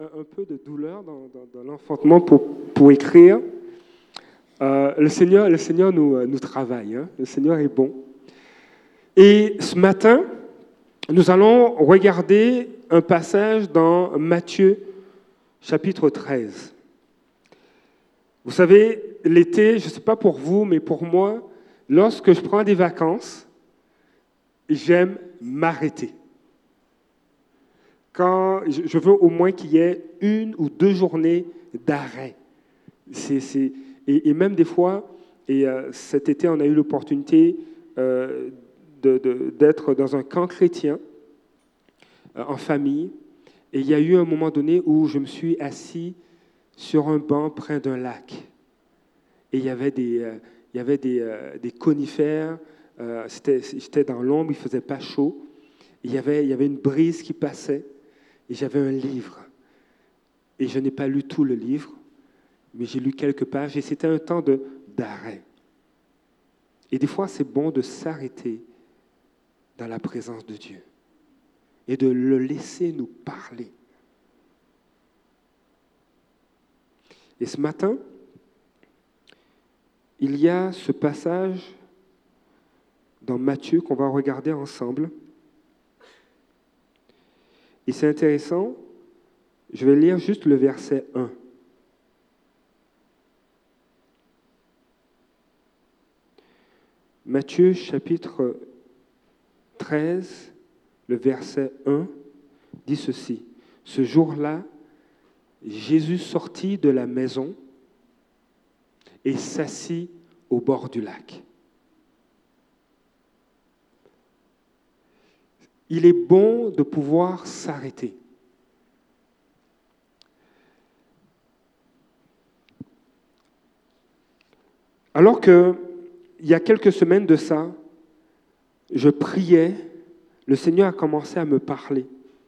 un peu de douleur dans l'enfantement pour écrire. Le Seigneur nous travaille, hein. Le Seigneur est bon. Et ce matin, nous allons regarder un passage dans Matthieu, chapitre 13. Vous savez, l'été, je ne sais pas pour vous, mais pour moi, lorsque je prends des vacances, j'aime m'arrêter. Quand je veux au moins qu'il y ait 1 ou 2 journées d'arrêt. Et même des fois, cet été, on a eu l'opportunité d'être dans un camp chrétien en famille. Et il y a eu un moment donné où je me suis assis sur un banc près d'un lac. Et il y avait des conifères. J'étais dans l'ombre, il ne faisait pas chaud. Il y avait une brise qui passait. Et j'avais un livre. Et je n'ai pas lu tout le livre, mais j'ai lu quelques pages. Et c'était un temps d'arrêt. Et des fois, c'est bon de s'arrêter dans la présence de Dieu et de le laisser nous parler. Et ce matin, il y a ce passage dans Matthieu qu'on va regarder ensemble. Et c'est intéressant, je vais lire juste le verset 1. Matthieu chapitre 13, le verset 1, dit ceci. Ce jour-là, Jésus sortit de la maison et s'assit au bord du lac. Il est bon de pouvoir s'arrêter. Alors que, il y a quelques semaines de ça, je priais, le Seigneur a commencé à me parler.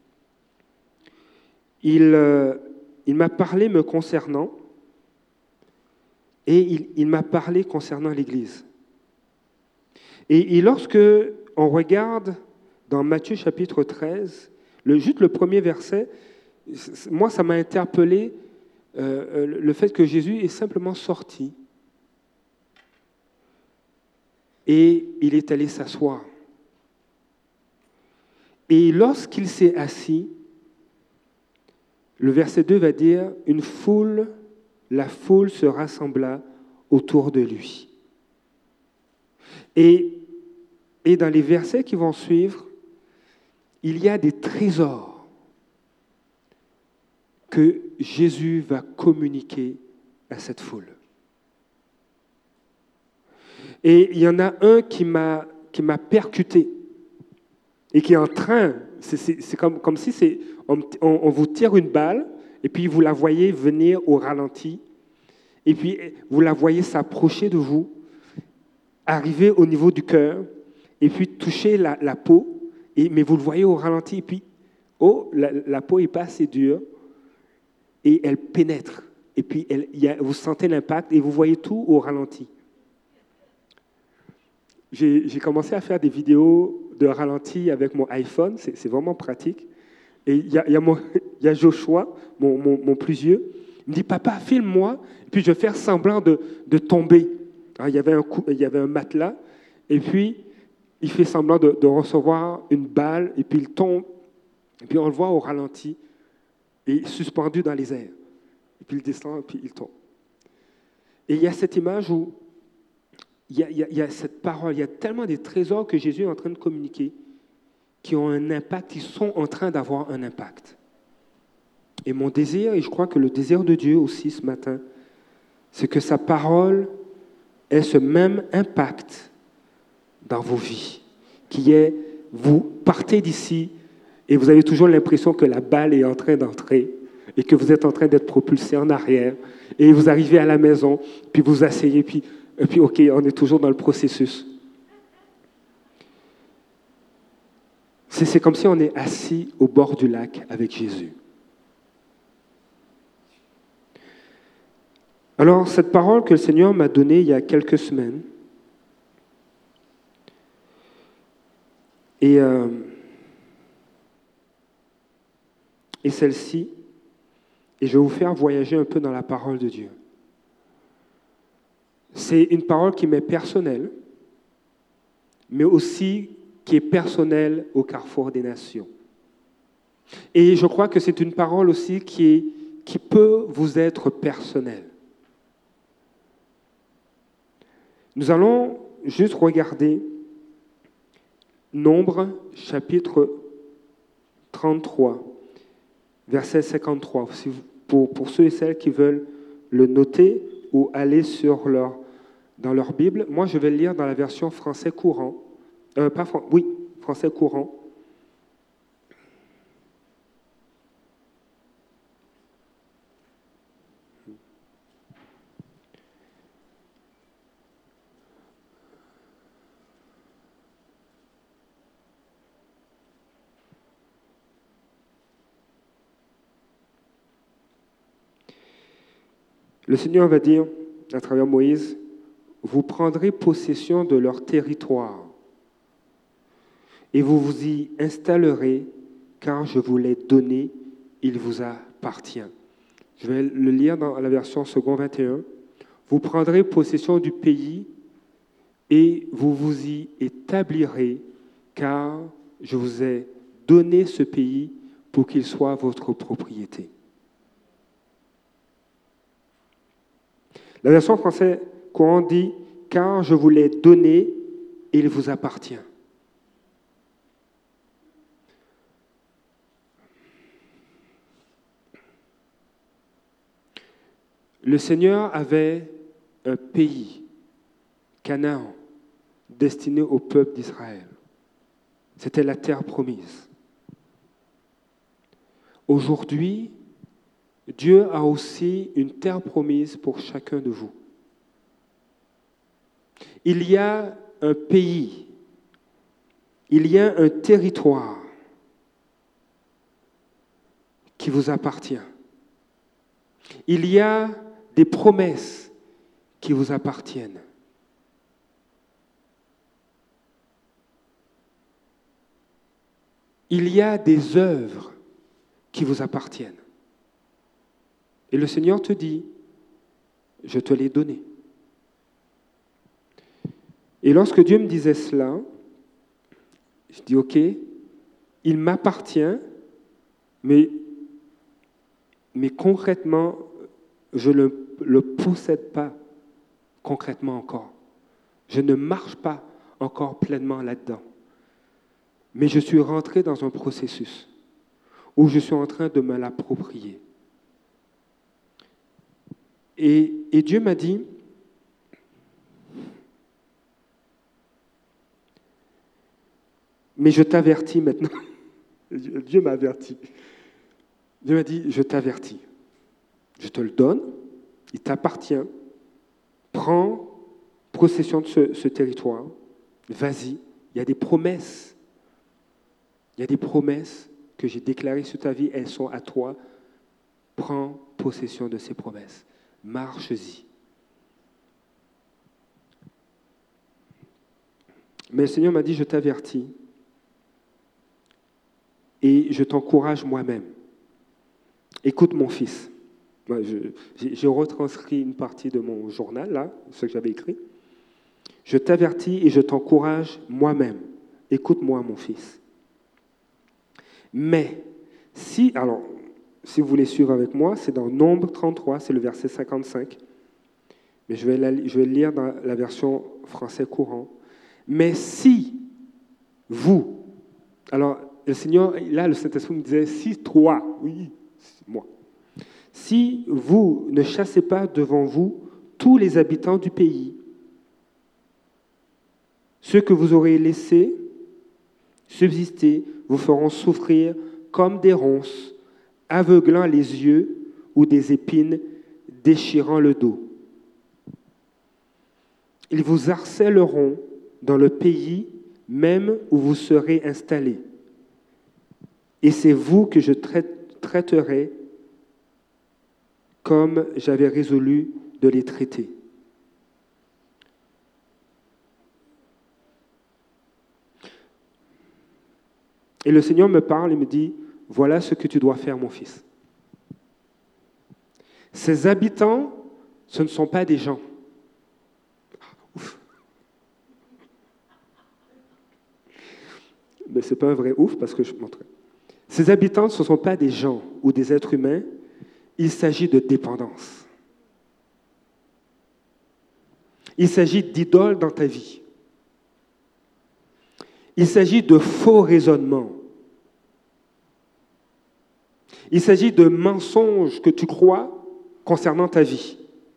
Il m'a parlé me concernant et il m'a parlé concernant l'Église. Et lorsque on regarde dans Matthieu chapitre 13, juste le premier verset, moi ça m'a interpellé le fait que Jésus est simplement sorti et il est allé s'asseoir. Et lorsqu'il s'est assis, le verset 2 va dire « la foule se rassembla autour de lui ». Et dans les versets qui vont suivre, il y a des trésors que Jésus va communiquer à cette foule. Et il y en a un qui m'a percuté et qui est en train, c'est comme si on vous tire une balle et puis vous la voyez venir au ralenti et puis vous la voyez s'approcher de vous, arriver au niveau du cœur et puis toucher la peau, mais vous le voyez au ralenti et puis, la peau n'est pas assez dure et elle pénètre. Et puis vous sentez l'impact et vous voyez tout au ralenti. J'ai commencé à faire des vidéos de ralenti avec mon iPhone, c'est vraiment pratique. Et il y a Joshua, mon plus vieux, il me dit « Papa, filme-moi ». Et puis je vais faire semblant de tomber. Alors, il y avait un matelas, et puis il fait semblant de recevoir une balle, et puis il tombe, et puis on le voit au ralenti, et suspendu dans les airs. Et puis il descend, et puis il tombe. Et il y a cette image où il y a cette parole, il y a tellement des trésors que Jésus est en train de communiquer qui ont un impact, qui sont en train d'avoir un impact. Et mon désir, et je crois que le désir de Dieu aussi ce matin, c'est que sa parole ait ce même impact dans vos vies, qui est, vous partez d'ici et vous avez toujours l'impression que la balle est en train d'entrer et que vous êtes en train d'être propulsé en arrière et vous arrivez à la maison, puis vous asseyez, et puis OK, on est toujours dans le processus. C'est comme si on est assis au bord du lac avec Jésus. Alors, cette parole que le Seigneur m'a donnée il y a quelques semaines, et celle-ci, et je vais vous faire voyager un peu dans la parole de Dieu. C'est une parole qui m'est personnelle, mais aussi qui est personnelle au carrefour des nations. Et je crois que c'est une parole aussi qui peut vous être personnelle. Nous allons juste regarder Nombre, chapitre 33, verset 53. Pour ceux et celles qui veulent le noter ou aller dans leur Bible, moi je vais le lire dans la version français courant. Français courant. Le Seigneur va dire, à travers Moïse, « Vous prendrez possession de leur territoire et vous vous y installerez, car je vous l'ai donné, il vous appartient. » Je vais le lire dans la version second 21. « Vous prendrez possession du pays et vous vous y établirez, car je vous ai donné ce pays pour qu'il soit votre propriété. » La version française courant dit « Car je vous l'ai donné, il vous appartient. » Le Seigneur avait un pays, Canaan, destiné au peuple d'Israël. C'était la terre promise. Aujourd'hui, Dieu a aussi une terre promise pour chacun de vous. Il y a un pays, il y a un territoire qui vous appartient. Il y a des promesses qui vous appartiennent. Il y a des œuvres qui vous appartiennent. Et le Seigneur te dit, je te l'ai donné. Et lorsque Dieu me disait cela, je dis, ok, il m'appartient, mais concrètement, je ne le possède pas concrètement encore. Je ne marche pas encore pleinement là-dedans. Mais je suis rentré dans un processus où je suis en train de me l'approprier. Et Dieu m'a dit, mais je t'avertis maintenant. Dieu m'a averti. Dieu m'a dit, je t'avertis. Je te le donne, il t'appartient. Prends possession de ce territoire. Vas-y, il y a des promesses. Il y a des promesses que j'ai déclarées sur ta vie, elles sont à toi. Prends possession de ces promesses. Marche-y. Mais le Seigneur m'a dit, je t'avertis et je t'encourage moi-même. Écoute mon fils. J'ai retranscrit une partie de mon journal, là, ce que j'avais écrit. Je t'avertis et je t'encourage moi-même. Écoute-moi, mon fils. Mais, si vous voulez suivre avec moi, c'est dans Nombre 33, c'est le verset 55. Mais je vais le lire dans la version français courant. Mais si vous, alors le Seigneur, là le Saint-Esprit me disait, si toi, oui, c'est moi. Si vous ne chassez pas devant vous tous les habitants du pays, ceux que vous aurez laissés subsister vous feront souffrir comme des ronces, aveuglant les yeux ou des épines déchirant le dos. Ils vous harcèleront dans le pays même où vous serez installés. Et c'est vous que je traiterai comme j'avais résolu de les traiter. Et le Seigneur me parle et me dit, voilà ce que tu dois faire, mon fils. Ses habitants, ce ne sont pas des gens. Ouf. Mais ce n'est pas un vrai ouf parce que je montrerai. Ses habitants, ce ne sont pas des gens ou des êtres humains, il s'agit de dépendance. Il s'agit d'idoles dans ta vie. Il s'agit de faux raisonnements. Il s'agit de mensonges que tu crois concernant ta vie.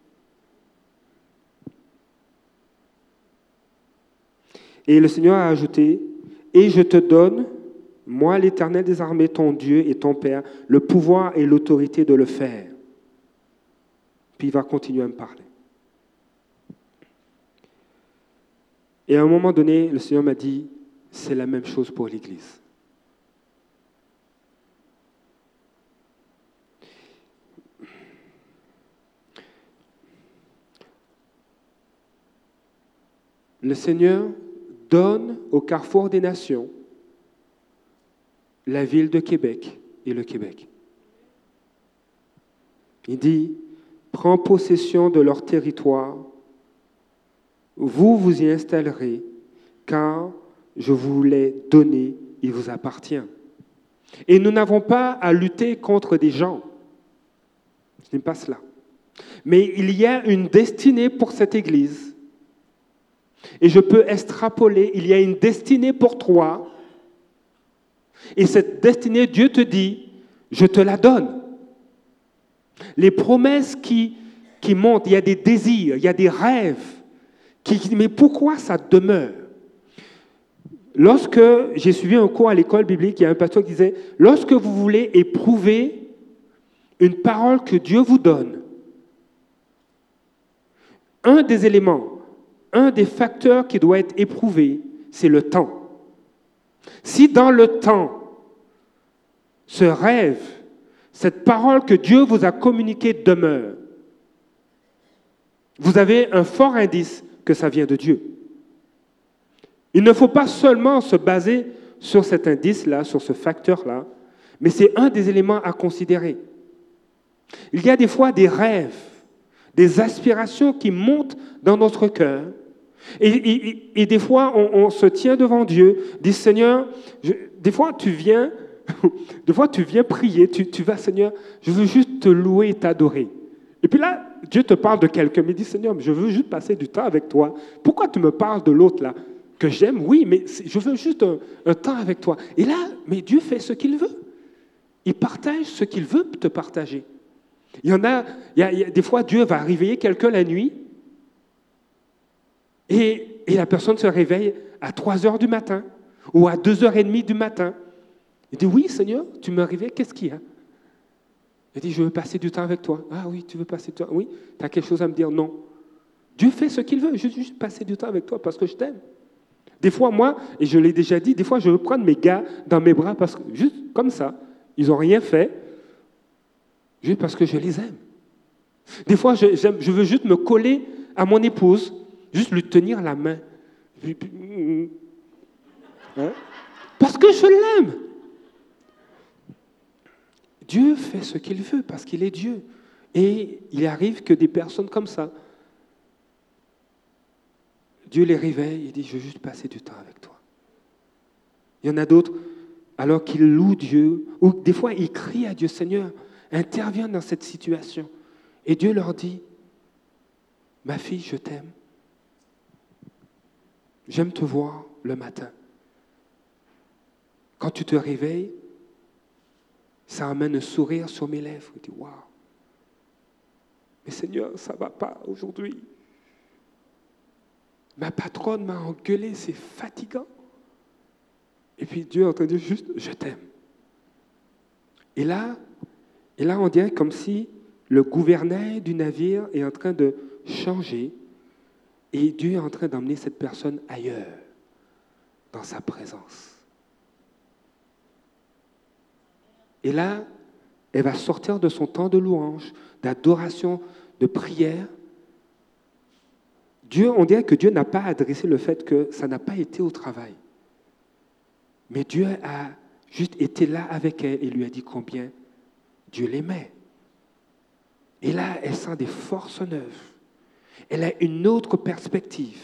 Et le Seigneur a ajouté, « Et je te donne, moi l'Éternel des armées, ton Dieu et ton Père, le pouvoir et l'autorité de le faire. » Puis il va continuer à me parler. Et à un moment donné, le Seigneur m'a dit, c'est la même chose pour l'Église. Le Seigneur donne au carrefour des nations la ville de Québec et le Québec. Il dit, prends possession de leur territoire, vous vous y installerez, car je vous l'ai donné, il vous appartient. Et nous n'avons pas à lutter contre des gens. Ce n'est pas cela. Mais il y a une destinée pour cette Église. Et je peux extrapoler, il y a une destinée pour toi. Et cette destinée, Dieu te dit, je te la donne. Les promesses qui montent, il y a des désirs, il y a des rêves. Mais pourquoi ça demeure? Lorsque j'ai suivi un cours à l'école biblique, il y a un pasteur qui disait, lorsque vous voulez éprouver une parole que Dieu vous donne, un des éléments, un des facteurs qui doit être éprouvé, c'est le temps. Si dans le temps, ce rêve, cette parole que Dieu vous a communiquée demeure, vous avez un fort indice que ça vient de Dieu. Il ne faut pas seulement se baser sur cet indice-là, sur ce facteur-là, mais c'est un des éléments à considérer. Il y a des fois des rêves, des aspirations qui montent dans notre cœur, et des fois on se tient devant Dieu, dit Seigneur, des fois tu viens prier, tu vas Seigneur, je veux juste te louer et t'adorer. Et puis là, Dieu te parle de quelqu'un, mais dit Seigneur, je veux juste passer du temps avec toi. Pourquoi tu me parles de l'autre là? Que j'aime, oui, mais je veux juste un temps avec toi. Et là, mais Dieu fait ce qu'il veut. Il partage ce qu'il veut te partager. Il y a des fois, Dieu va réveiller quelqu'un la nuit et la personne se réveille à 3 heures du matin ou à 2h30 du matin. Il dit, oui, Seigneur, tu me réveilles, qu'est-ce qu'il y a? Il dit, je veux passer du temps avec toi. Ah oui, tu veux passer du temps? Oui, tu as quelque chose à me dire? Non. Dieu fait ce qu'il veut, je veux juste passer du temps avec toi parce que je t'aime. Des fois, moi, et je l'ai déjà dit, des fois, je veux prendre mes gars dans mes bras parce que, juste comme ça, ils n'ont rien fait, juste parce que je les aime. Des fois, je veux juste me coller à mon épouse, juste lui tenir la main. Hein? Parce que je l'aime. Dieu fait ce qu'il veut parce qu'il est Dieu. Et il arrive que des personnes comme ça, Dieu les réveille et dit, je veux juste passer du temps avec toi. Il y en a d'autres, alors qu'ils louent Dieu, ou des fois ils crient à Dieu, Seigneur, interviens dans cette situation. Et Dieu leur dit, ma fille, je t'aime. J'aime te voir le matin. Quand tu te réveilles, ça amène un sourire sur mes lèvres. Je dis, waouh, mais Seigneur, ça ne va pas aujourd'hui. Ma patronne m'a engueulé, c'est fatigant. Et puis Dieu est en train de dire juste, je t'aime. Et là, on dirait comme si le gouvernail du navire est en train de changer et Dieu est en train d'emmener cette personne ailleurs, dans sa présence. Et là, elle va sortir de son temps de louange, d'adoration, de prière. On dirait que Dieu n'a pas adressé le fait que ça n'a pas été au travail. Mais Dieu a juste été là avec elle et lui a dit combien Dieu l'aimait. Et là, elle sent des forces neuves. Elle a une autre perspective.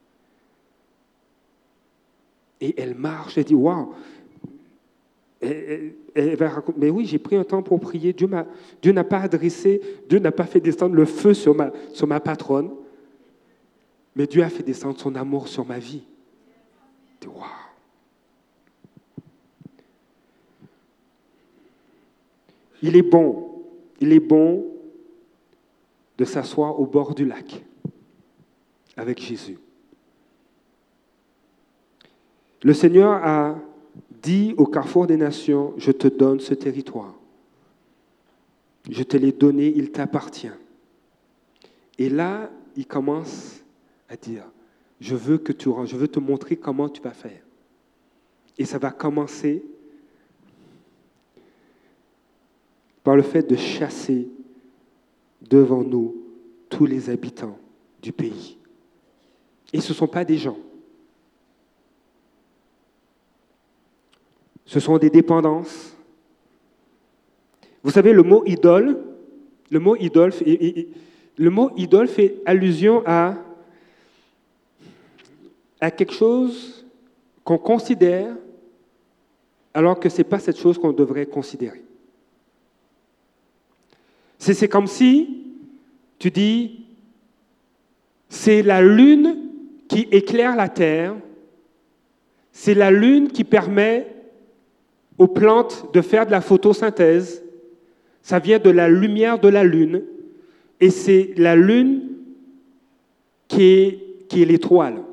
Et elle marche, elle dit, waouh. Elle va raconter, mais oui, j'ai pris un temps pour prier. Dieu n'a pas adressé, Dieu n'a pas fait descendre le feu sur ma patronne, mais Dieu a fait descendre son amour sur ma vie. Je dis, waouh. Il est bon de s'asseoir au bord du lac avec Jésus. Le Seigneur a dit au carrefour des nations, je te donne ce territoire. Je te l'ai donné, il t'appartient. Et là, il commence à dire, je veux te montrer comment tu vas faire. Et ça va commencer par le fait de chasser devant nous tous les habitants du pays. Et ce ne sont pas des gens. Ce sont des dépendances. Vous savez, le mot idole fait allusion à quelque chose qu'on considère alors que ce n'est pas cette chose qu'on devrait considérer. C'est comme si tu dis, c'est la lune qui éclaire la terre, c'est la lune qui permet aux plantes de faire de la photosynthèse, ça vient de la lumière de la lune, et c'est la lune qui est l'étoile.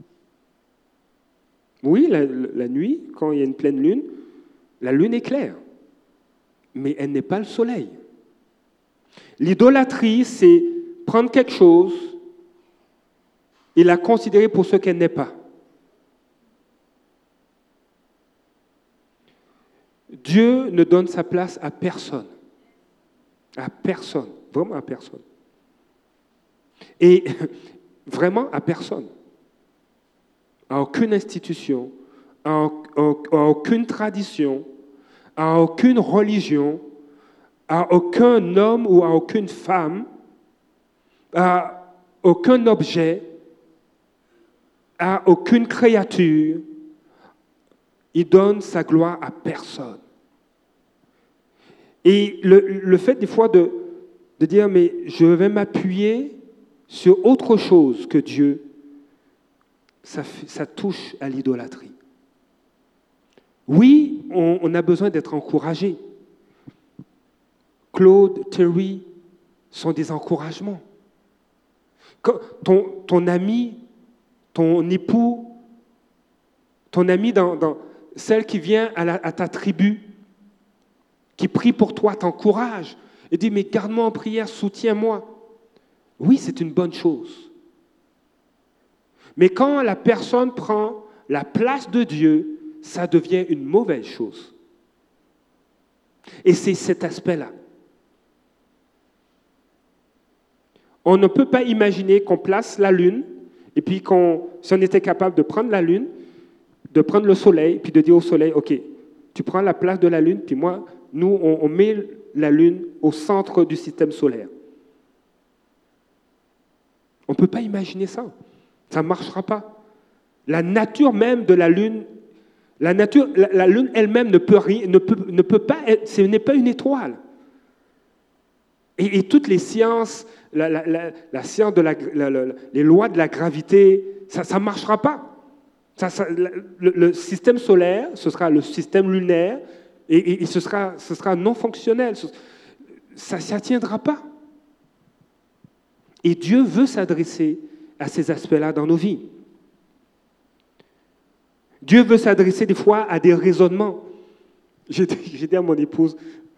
Oui, la nuit, quand il y a une pleine lune, la lune éclaire, mais elle n'est pas le soleil. L'idolâtrie, c'est prendre quelque chose et la considérer pour ce qu'elle n'est pas. Dieu ne donne sa place à personne. À personne. Vraiment à personne. Et vraiment à personne. À aucune institution, à aucune tradition, à aucune religion, à aucun homme ou à aucune femme, à aucun objet, à aucune créature. Il donne sa gloire à personne. Et le fait des fois de dire, mais je vais m'appuyer sur autre chose que Dieu, ça touche à l'idolâtrie. Oui, on a besoin d'être encouragé. Claude, Terry sont des encouragements. Quand ton ami, ton époux, ton ami celle qui vient à ta tribu, qui prie pour toi, t'encourage, et dit, mais garde-moi en prière, soutiens-moi. Oui, c'est une bonne chose. Mais quand la personne prend la place de Dieu, ça devient une mauvaise chose. Et c'est cet aspect-là. On ne peut pas imaginer qu'on place la lune, et puis si on était capable de prendre la lune, de prendre le soleil, puis de dire au soleil, OK, tu prends la place de la lune, puis nous, on met la lune au centre du système solaire. On ne peut pas imaginer ça. Ça ne marchera pas. La nature même de la lune, la lune elle-même ne peut pas être, ce n'est pas une étoile. Et toutes les sciences, la science les lois de la gravité, ça ne marchera pas. Le système solaire, ce sera le système lunaire, et ce sera non fonctionnel. Ça ne tiendra pas. Et Dieu veut s'adresser à ces aspects-là dans nos vies. Dieu veut s'adresser des fois à des raisonnements. J'ai dit à mon épouse,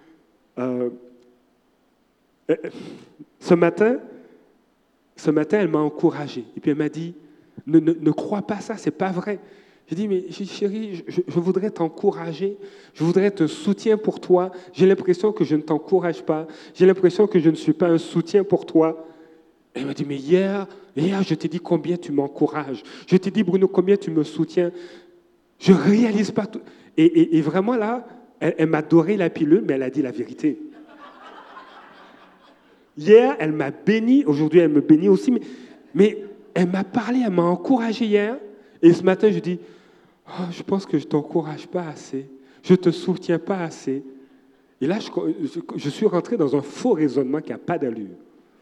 ce matin, elle m'a encouragé. Et puis elle m'a dit, ne crois pas ça, c'est pas vrai. J'ai dit, mais chérie, je voudrais t'encourager, je voudrais être un soutien pour toi. J'ai l'impression que je ne t'encourage pas, j'ai l'impression que je ne suis pas un soutien pour toi. Elle m'a dit, mais hier, je t'ai dit combien tu m'encourages. Je t'ai dit, Bruno, combien tu me soutiens. Je ne réalise pas tout. Et vraiment là, elle m'a doré la pilule, mais elle a dit la vérité. Hier, elle m'a béni. Aujourd'hui, elle me bénit aussi. Mais elle m'a parlé, elle m'a encouragé hier. Et ce matin, je dis, oh, je pense que je ne t'encourage pas assez. Je ne te soutiens pas assez. Et là, je suis rentré dans un faux raisonnement qui n'a pas d'allure.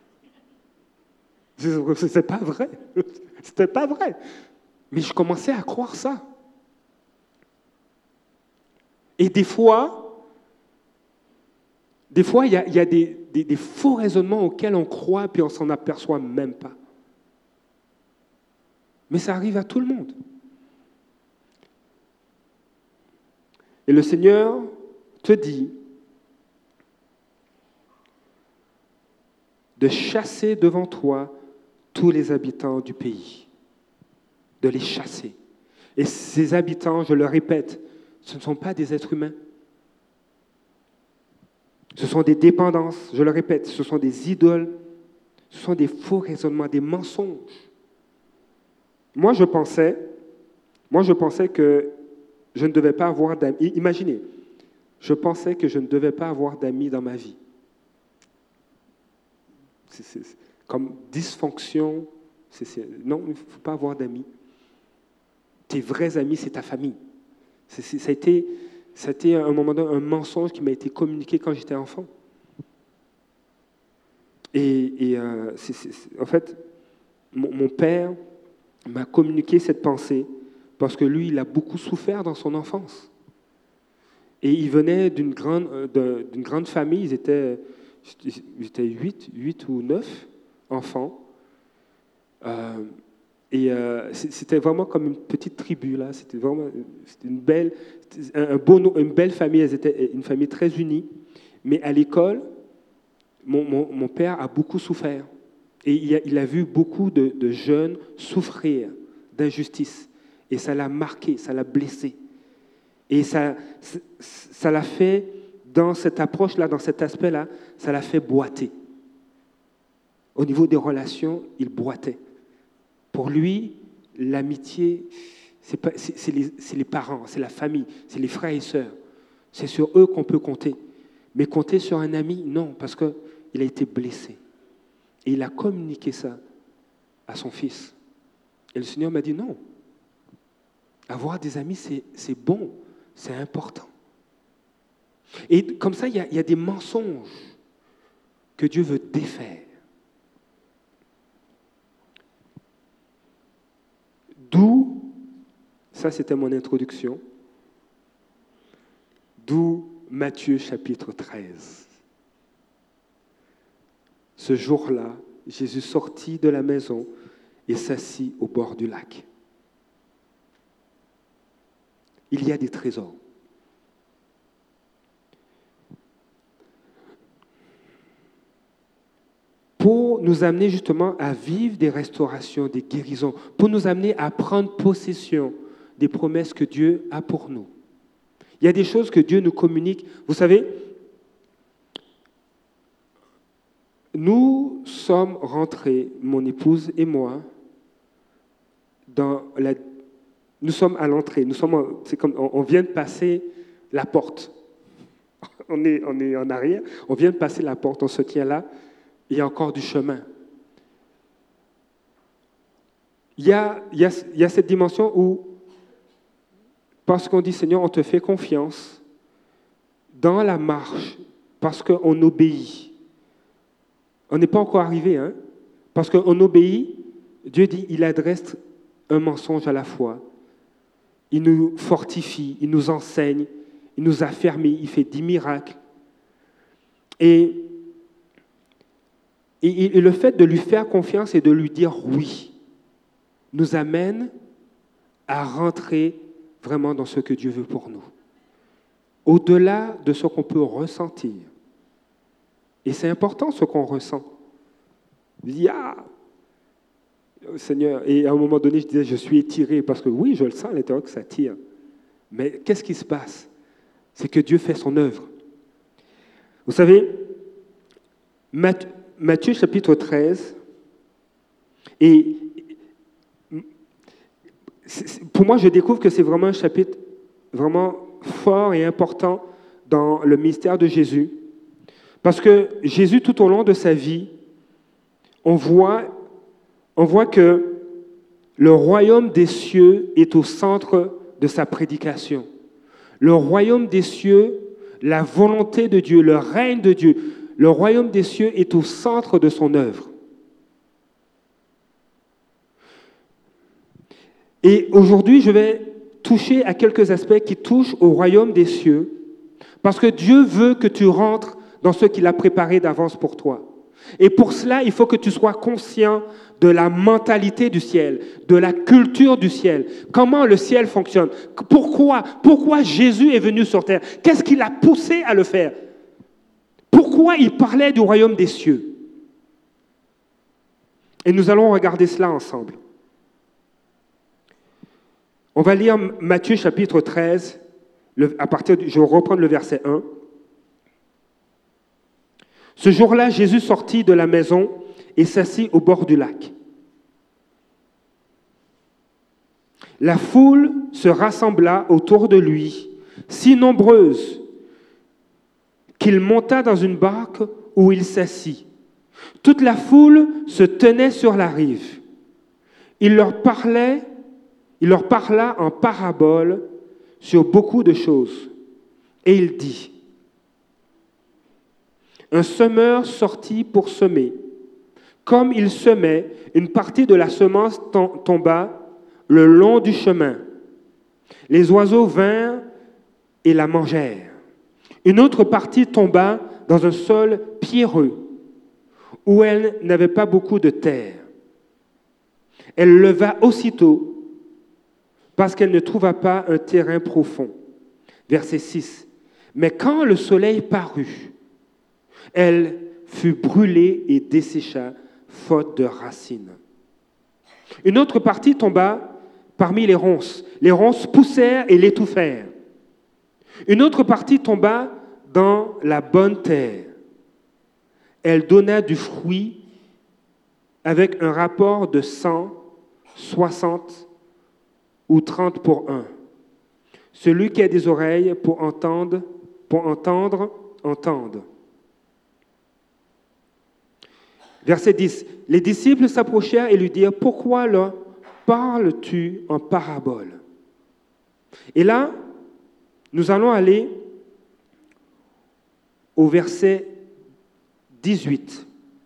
C'est pas vrai. C'était pas vrai. Mais je commençais à croire ça. Et des fois, il y a des faux raisonnements auxquels on croit puis on s'en aperçoit même pas. Mais ça arrive à tout le monde. Et le Seigneur te dit de chasser devant toi tous les habitants du pays, de les chasser. Et ces habitants, je le répète, ce ne sont pas des êtres humains. Ce sont des dépendances, je le répète, ce sont des idoles, ce sont des faux raisonnements, des mensonges. Moi, je pensais que je ne devais pas avoir d'amis. Imaginez, je pensais que je ne devais pas avoir d'amis dans ma vie. C'est comme dysfonction. Non, il ne faut pas avoir d'amis. Tes vrais amis, c'est ta famille. Ça a été à un moment donné un mensonge qui m'a été communiqué quand j'étais enfant. En fait, mon père m'a communiqué cette pensée parce que lui, il a beaucoup souffert dans son enfance. Et il venait d'une grande famille, ils étaient 8 ou 9 enfants. C'était vraiment comme une petite tribu, là. C'était une belle famille, elles étaient une famille très unie. Mais à l'école, mon père a beaucoup souffert. Et il a vu beaucoup de jeunes souffrir d'injustice. Et ça l'a marqué, ça l'a blessé. Et ça l'a fait, dans cette approche-là, dans cet aspect-là, ça l'a fait boiter. Au niveau des relations, il boitait. Pour lui, l'amitié, c'est les parents, c'est la famille, c'est les frères et sœurs. C'est sur eux qu'on peut compter. Mais compter sur un ami, non, parce qu'il a été blessé. Et il a communiqué ça à son fils. Et le Seigneur m'a dit non. Avoir des amis, c'est bon, c'est important. Et comme ça, il y a des mensonges que Dieu veut défaire. D'où, ça c'était mon introduction, d'où Matthieu chapitre 13. Ce jour-là, Jésus sortit de la maison et s'assit au bord du lac. Il y a des trésors. Pour nous amener justement à vivre des restaurations, des guérisons, pour nous amener à prendre possession des promesses que Dieu a pour nous. Il y a des choses que Dieu nous communique. Vous savez, nous sommes rentrés, mon épouse et moi, nous sommes à l'entrée. C'est comme on vient de passer la porte. On est en arrière, on vient de passer la porte, on se tient là. Il y a encore du chemin. Il y a cette dimension où, parce qu'on dit, Seigneur, on te fait confiance, dans la marche, parce qu'on obéit. On n'est pas encore arrivé, hein? Parce qu'on obéit, Dieu dit, il adresse un mensonge à la fois. Il nous fortifie, il nous enseigne, il nous affermit, il fait 10 miracles. Et le fait de lui faire confiance et de lui dire oui nous amène à rentrer vraiment dans ce que Dieu veut pour nous. Au-delà de ce qu'on peut ressentir. Et c'est important ce qu'on ressent. Il dit, Seigneur, et à un moment donné, je disais, je suis étiré, parce que oui, je le sens à l'intérieur que ça tire. Mais qu'est-ce qui se passe? C'est que Dieu fait son œuvre. Vous savez, Matthieu chapitre 13, et pour moi, je découvre que c'est vraiment un chapitre vraiment fort et important dans le ministère de Jésus, Parce que Jésus, tout au long de sa vie, on voit que le royaume des cieux est au centre de sa prédication. Le royaume des cieux, la volonté de Dieu, le règne de Dieu, le royaume des cieux est au centre de son œuvre. Et aujourd'hui, je vais toucher à quelques aspects qui touchent au royaume des cieux, parce que Dieu veut que tu rentres dans ce qu'il a préparé d'avance pour toi. Et pour cela, il faut que tu sois conscient de la mentalité du ciel, de la culture du ciel, comment le ciel fonctionne, pourquoi Jésus est venu sur terre, qu'est-ce qui l'a poussé à le faire, pourquoi il parlait du royaume des cieux. Et nous allons regarder cela ensemble. On va lire Matthieu chapitre 13, je vais reprendre le verset 1. Ce jour-là, Jésus sortit de la maison et s'assit au bord du lac. La foule se rassembla autour de lui, si nombreuse qu'il monta dans une barque où il s'assit. Toute la foule se tenait sur la rive. Il leur parla en parabole sur beaucoup de choses. Et il dit, un semeur sortit pour semer. Comme il semait, une partie de la semence tomba le long du chemin. Les oiseaux vinrent et la mangèrent. Une autre partie tomba dans un sol pierreux, où elle n'avait pas beaucoup de terre. Elle leva aussitôt, parce qu'elle ne trouva pas un terrain profond. Verset 6. Mais quand le soleil parut, elle fut brûlée et dessécha, faute de racines. Une autre partie tomba parmi les ronces. Les ronces poussèrent et l'étouffèrent. Une autre partie tomba dans la bonne terre. Elle donna du fruit avec un rapport de 100, 60 ou 30 pour 1. Celui qui a des oreilles pour entendre, entende. Verset 10. Les disciples s'approchèrent et lui dirent, pourquoi leur parles-tu en parabole? Et là, nous allons aller au verset 18.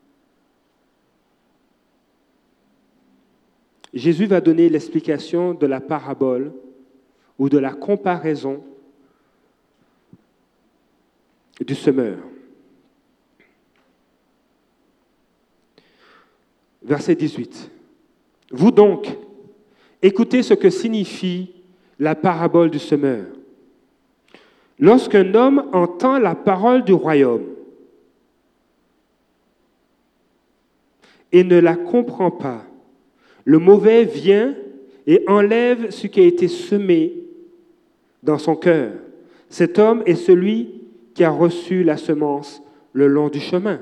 Jésus va donner l'explication de la parabole ou de la comparaison du semeur. Verset 18. Vous donc, écoutez ce que signifie la parabole du semeur. Lorsqu'un homme entend la parole du royaume et ne la comprend pas, le mauvais vient et enlève ce qui a été semé dans son cœur. Cet homme est celui qui a reçu la semence le long du chemin.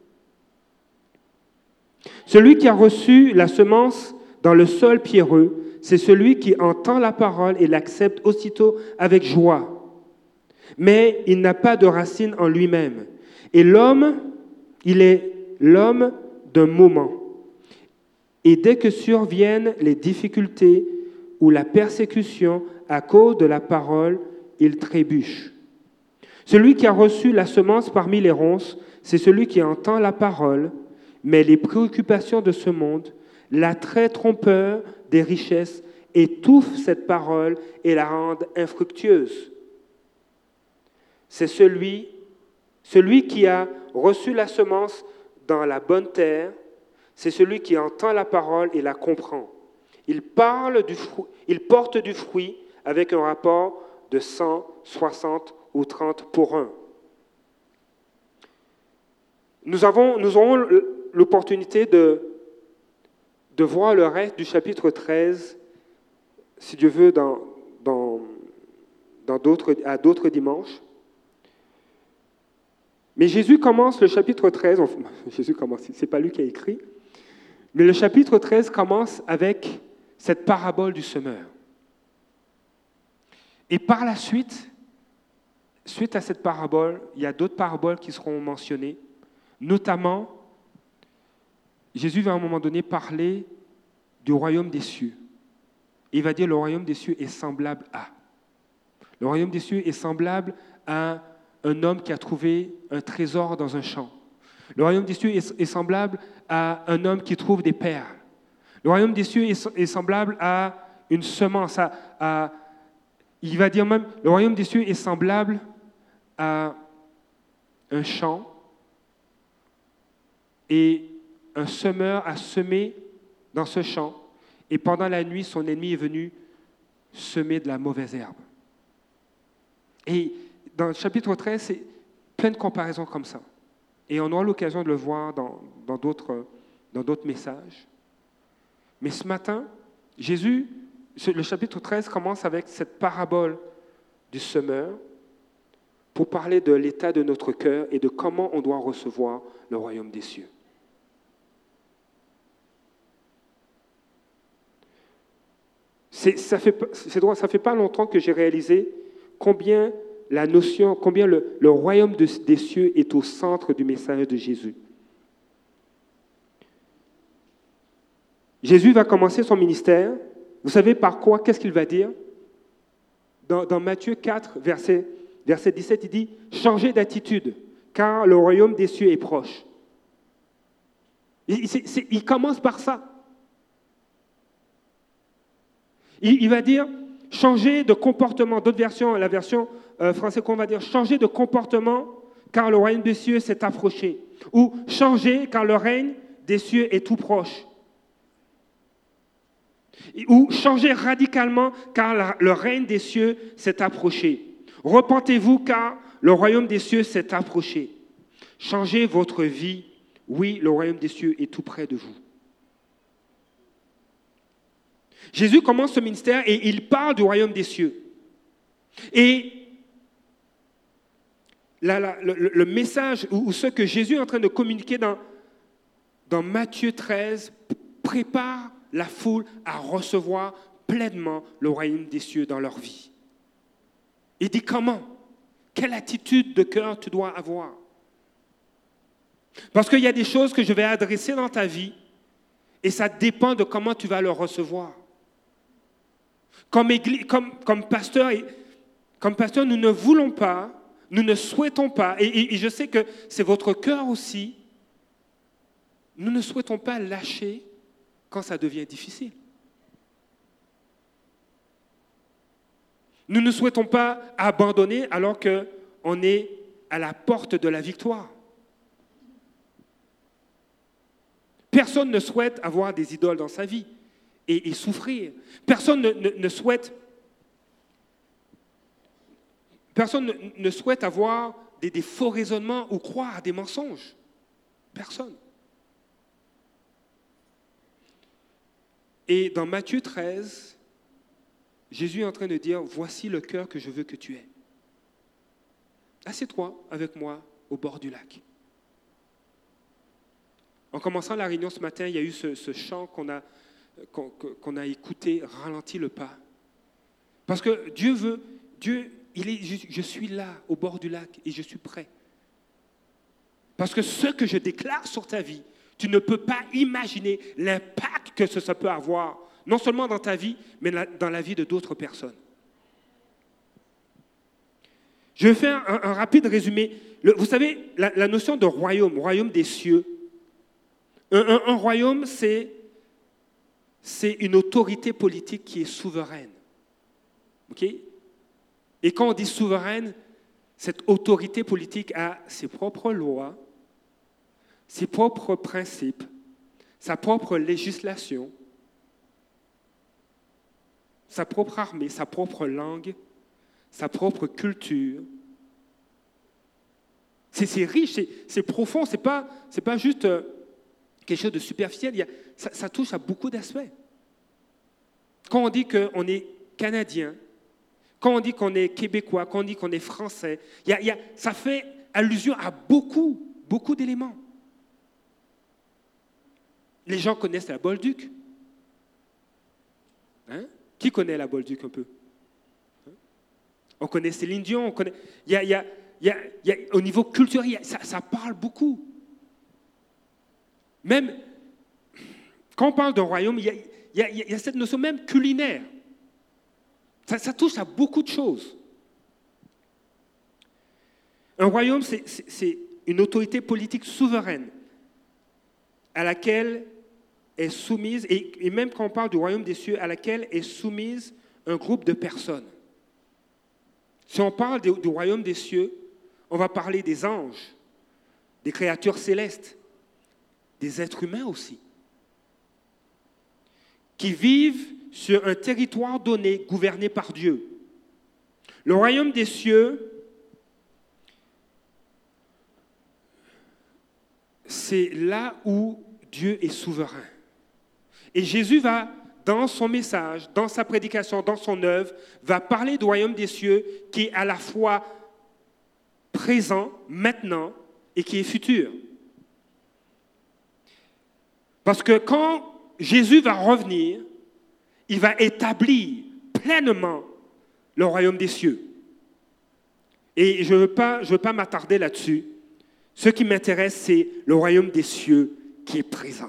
Celui qui a reçu la semence dans le sol pierreux, c'est celui qui entend la parole et l'accepte aussitôt avec joie. Mais il n'a pas de racine en lui-même. Et l'homme, il est l'homme d'un moment. Et dès que surviennent les difficultés ou la persécution à cause de la parole, il trébuche. Celui qui a reçu la semence parmi les ronces, c'est celui qui entend la parole, mais les préoccupations de ce monde, l'attrait trompeur des richesses étouffent cette parole et la rendent infructueuse. C'est celui qui a reçu la semence dans la bonne terre, c'est celui qui entend la parole et la comprend. Il porte du fruit avec un rapport de 100, 60 ou 30 pour 1. Nous aurons l'opportunité de voir le reste du chapitre 13, si Dieu veut, à d'autres dimanches. Mais Jésus commence le chapitre 13, c'est pas lui qui a écrit, mais le chapitre 13 commence avec cette parabole du semeur. Et par la suite, suite à cette parabole, il y a d'autres paraboles qui seront mentionnées. Notamment, Jésus va à un moment donné parler du royaume des cieux. Il va dire le royaume des cieux est semblable à. Le royaume des cieux est semblable à un homme qui a trouvé un trésor dans un champ. Le royaume des cieux est semblable à un homme qui trouve des perles. Le royaume des cieux est semblable à une semence. Il va dire même, le royaume des cieux est semblable à un champ et un semeur a semé dans ce champ et pendant la nuit, son ennemi est venu semer de la mauvaise herbe. Et dans le chapitre 13, c'est plein de comparaisons comme ça. Et on aura l'occasion de le voir dans d'autres messages. Mais ce matin, Jésus, le chapitre 13 commence avec cette parabole du semeur pour parler de l'état de notre cœur et de comment on doit recevoir le royaume des cieux. Ça fait pas longtemps que j'ai réalisé combien le royaume des cieux est au centre du message de Jésus. Jésus va commencer son ministère. Vous savez par quoi? Qu'est-ce qu'il va dire? Dans Matthieu 4, verset 17, il dit « Changez d'attitude, car le royaume des cieux est proche. » Il commence par ça. Il va dire « Changez de comportement ». D'autres versions, la version française qu'on va dire « Changez de comportement, car le royaume des cieux s'est approché. » Ou « Changez, car le règne des cieux est tout proche. » Ou « Changez radicalement, car le règne des cieux s'est approché. » Repentez-vous, car le royaume des cieux s'est approché. Changez votre vie. Oui, le royaume des cieux est tout près de vous. Jésus commence ce ministère et il parle du royaume des cieux. Et le message ou ce que Jésus est en train de communiquer dans Matthieu 13 prépare la foule à recevoir pleinement le royaume des cieux dans leur vie. Il dit comment? Quelle attitude de cœur tu dois avoir? Parce qu'il y a des choses que je vais adresser dans ta vie et ça dépend de comment tu vas le recevoir. Comme pasteur, nous ne voulons pas, nous ne souhaitons pas, et je sais que c'est votre cœur aussi, nous ne souhaitons pas lâcher quand ça devient difficile. Nous ne souhaitons pas abandonner alors qu'on est à la porte de la victoire. Personne ne souhaite avoir des idoles dans sa vie et souffrir. Personne ne souhaite avoir des faux raisonnements ou croire à des mensonges. Personne. Et dans Matthieu 13, Jésus est en train de dire, voici le cœur que je veux que tu aies. Assieds-toi avec moi au bord du lac. En commençant la réunion ce matin, il y a eu ce chant qu'on a écouté, ralentit le pas. Parce que je suis là, au bord du lac, et je suis prêt. Parce que ce que je déclare sur ta vie, tu ne peux pas imaginer l'impact que ça peut avoir, non seulement dans ta vie, mais dans la vie de d'autres personnes. Je vais faire un rapide résumé. Vous savez, la notion de royaume des cieux, un royaume, c'est une autorité politique qui est souveraine. Okay? Et quand on dit souveraine, cette autorité politique a ses propres lois, ses propres principes, sa propre législation, sa propre armée, sa propre langue, sa propre culture. C'est riche, c'est profond, c'est pas juste quelque chose de superficiel, ça touche à beaucoup d'aspects. Quand on dit qu'on est Canadien, quand on dit qu'on est Québécois, quand on dit qu'on est Français, ça fait allusion à beaucoup d'éléments. Les gens connaissent la Bolduc. Hein? Qui connaît la Bolduc un peu? On connaît Céline Dion, on connaît... au niveau culturel, ça parle beaucoup. Même, quand on parle d'un royaume, il y a cette notion même culinaire. Ça touche à beaucoup de choses. Un royaume, c'est une autorité politique souveraine à laquelle est soumise, et même quand on parle du royaume des cieux, à laquelle est soumise un groupe de personnes. Si on parle du royaume des cieux, on va parler des anges, des créatures célestes, des êtres humains aussi, qui vivent sur un territoire donné, gouverné par Dieu. Le royaume des cieux, c'est là où Dieu est souverain. Et Jésus va, dans son message, dans sa prédication, dans son œuvre, va parler du royaume des cieux qui est à la fois présent, maintenant, et qui est futur. Parce que quand Jésus va revenir, il va établir pleinement le royaume des cieux. Et je ne veux pas m'attarder là-dessus. Ce qui m'intéresse, c'est le royaume des cieux qui est présent.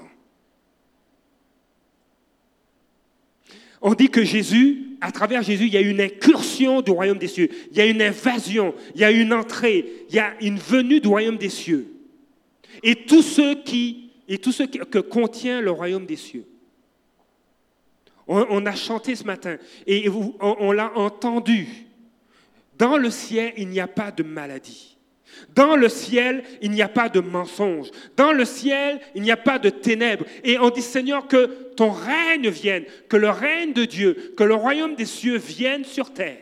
On dit que Jésus, à travers Jésus, il y a une incursion du royaume des cieux. Il y a une invasion, il y a une entrée, il y a une venue du royaume des cieux. Et tout ce que contient le royaume des cieux. On a chanté ce matin et on l'a entendu. Dans le ciel, il n'y a pas de maladie. Dans le ciel, il n'y a pas de mensonge. Dans le ciel, il n'y a pas de ténèbres. Et on dit, Seigneur, que ton règne vienne, que le règne de Dieu, que le royaume des cieux vienne sur terre.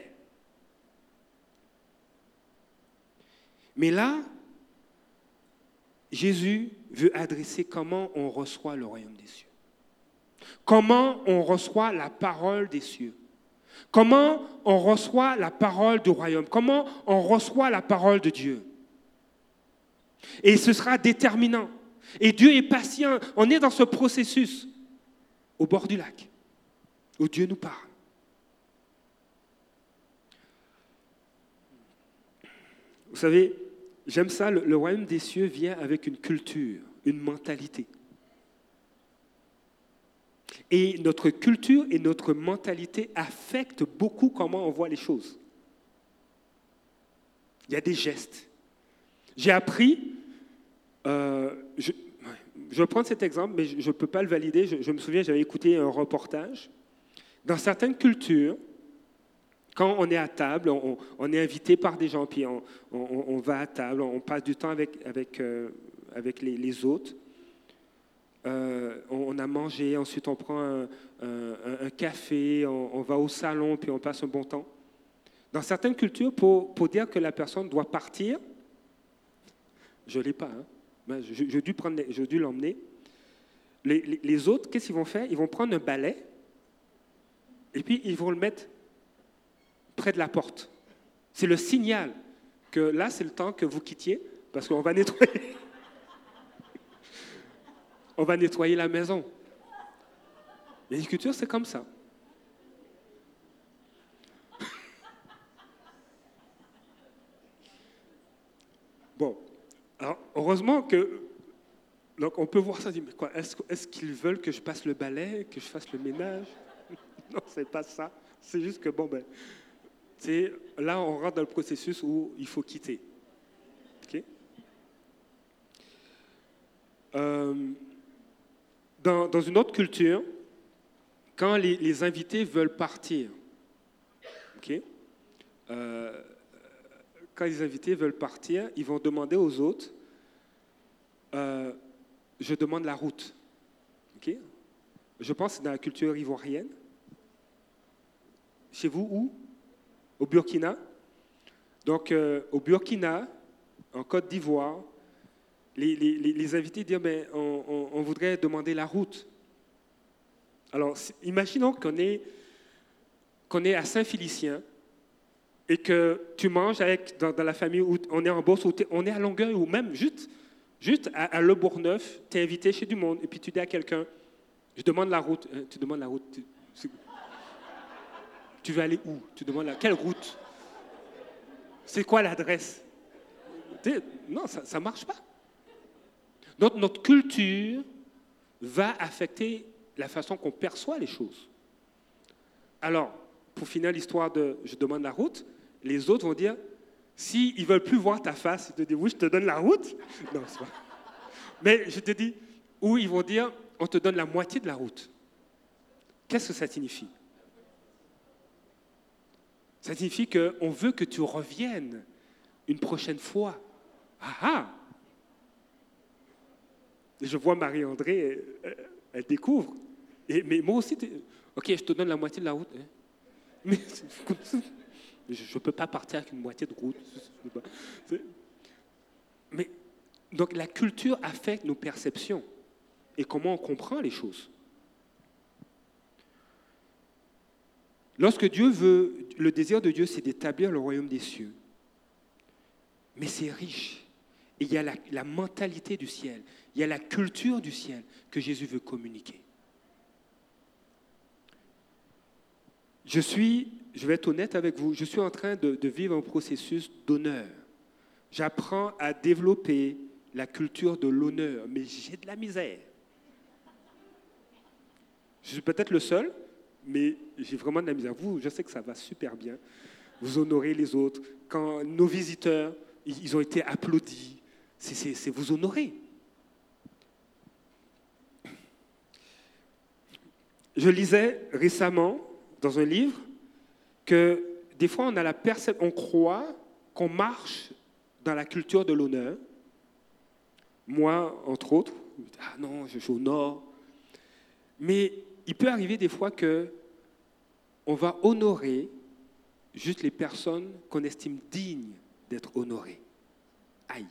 Mais là, Jésus veut adresser comment on reçoit le royaume des cieux. Comment on reçoit la parole des cieux. Comment on reçoit la parole du royaume. Comment on reçoit la parole de Dieu. Et ce sera déterminant. Et Dieu est patient. On est dans ce processus au bord du lac où Dieu nous parle. Vous savez, j'aime ça, le royaume des cieux vient avec une culture, une mentalité. Et notre culture et notre mentalité affectent beaucoup comment on voit les choses. Il y a des gestes. J'ai appris, je vais prendre cet exemple, mais je ne peux pas le valider. Je me souviens, j'avais écouté un reportage. Dans certaines cultures, quand on est à table, on est invité par des gens, puis on va à table, on passe du temps avec les autres. On a mangé, ensuite on prend un café, on va au salon, puis on passe un bon temps. Dans certaines cultures, pour dire que la personne doit partir, je ne l'ai pas, hein. J'ai dû l'emmener. Les autres, qu'est-ce qu'ils vont faire? Ils vont prendre un balai et puis ils vont le mettre près de la porte. C'est le signal que là, c'est le temps que vous quittiez parce qu'on va nettoyer. On va nettoyer la maison. Les cultures, c'est comme ça. Bon, alors heureusement que... Donc on peut voir ça, on dit, mais quoi, est-ce qu'ils veulent que je passe le balai, que je fasse le ménage? Non, c'est pas ça. C'est juste que, là, on rentre dans le processus où il faut quitter. OK? Dans une autre culture, quand les invités veulent partir, okay, quand les invités veulent partir, ils vont demander aux autres, je demande la route. Okay? Je pense que c'est dans la culture ivoirienne. Chez vous, où? Au Burkina. Donc, au Burkina, en Côte d'Ivoire, les invités disent, on voudrait demander la route. Alors, imaginons qu'on est à Saint-Félicien et que tu manges dans la famille où on est en Beauce, où on est à Longueuil, ou même juste à Le Bourgneuf, tu es invité chez du monde, et puis tu dis à quelqu'un, je demande la route. Tu demandes la route. Tu veux aller où? Tu demandes quelle route? C'est quoi l'adresse? Non, ça ne marche pas. Notre culture va affecter la façon qu'on perçoit les choses. Alors, pour finir l'histoire de « je demande la route », les autres vont dire, s'ils ne veulent plus voir ta face, ils te disent « oui, je te donne la route ». Non, c'est pas. Mais je te dis, ou ils vont dire « on te donne la moitié de la route ». Qu'est-ce que ça signifie? Ça signifie qu'on veut que tu reviennes une prochaine fois. Ah ah! Je vois Marie-André, elle découvre. Mais moi aussi, ok, je te donne la moitié de la route. Hein. Mais je ne peux pas partir avec une moitié de route. Mais, donc la culture affecte nos perceptions et comment on comprend les choses. Lorsque Dieu veut, le désir de Dieu, c'est d'établir le royaume des cieux. Mais c'est riche. Et il y a la mentalité du ciel, il y a la culture du ciel que Jésus veut communiquer. Je vais être honnête avec vous, je suis en train de vivre un processus d'honneur. J'apprends à développer la culture de l'honneur, mais j'ai de la misère. Je suis peut-être le seul, mais j'ai vraiment de la misère. Vous, je sais que ça va super bien. Vous honorez les autres. Quand nos visiteurs, ils ont été applaudis, c'est vous honorer. Je lisais récemment dans un livre que des fois on a on croit qu'on marche dans la culture de l'honneur. Moi, entre autres, ah non, j'honore. Mais il peut arriver des fois que on va honorer juste les personnes qu'on estime dignes d'être honorées. Aïe.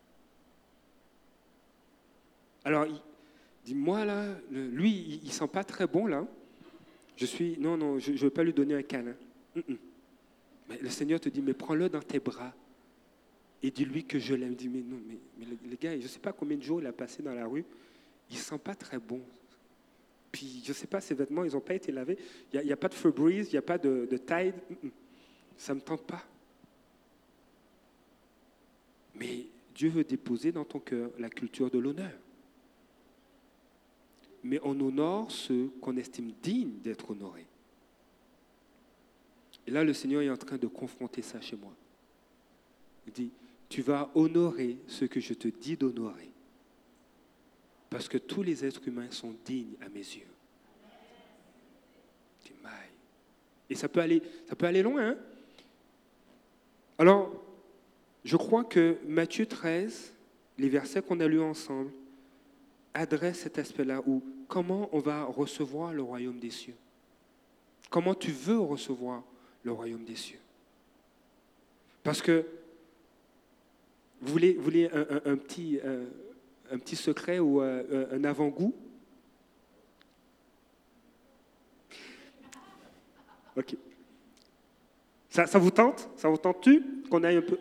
Alors, il dit, moi là, lui, il ne sent pas très bon là. Non, je ne veux pas lui donner un câlin. Mais le Seigneur te dit, mais prends-le dans tes bras et dis-lui que je l'aime. Il dit, mais non, mais le gars, je ne sais pas combien de jours il a passé dans la rue, il ne sent pas très bon. Puis, je ne sais pas, ses vêtements, ils n'ont pas été lavés. Il n'y a pas de Febreze, il n'y a pas de Tide. Ça ne me tente pas. Mais Dieu veut déposer dans ton cœur la culture de l'honneur. Mais on honore ceux qu'on estime dignes d'être honorés. Et là, le Seigneur est en train de confronter ça chez moi. Il dit, tu vas honorer ce que je te dis d'honorer. Parce que tous les êtres humains sont dignes à mes yeux. Et ça peut aller loin. Hein? Alors, je crois que Matthieu 13, les versets qu'on a lus ensemble, adressent cet aspect-là où comment on va recevoir le royaume des cieux. Comment tu veux recevoir le royaume des cieux. Parce que vous voulez un petit secret ou un avant-goût? Ok. Ça vous tente? Ça vous tente-tu qu'on aille un peu?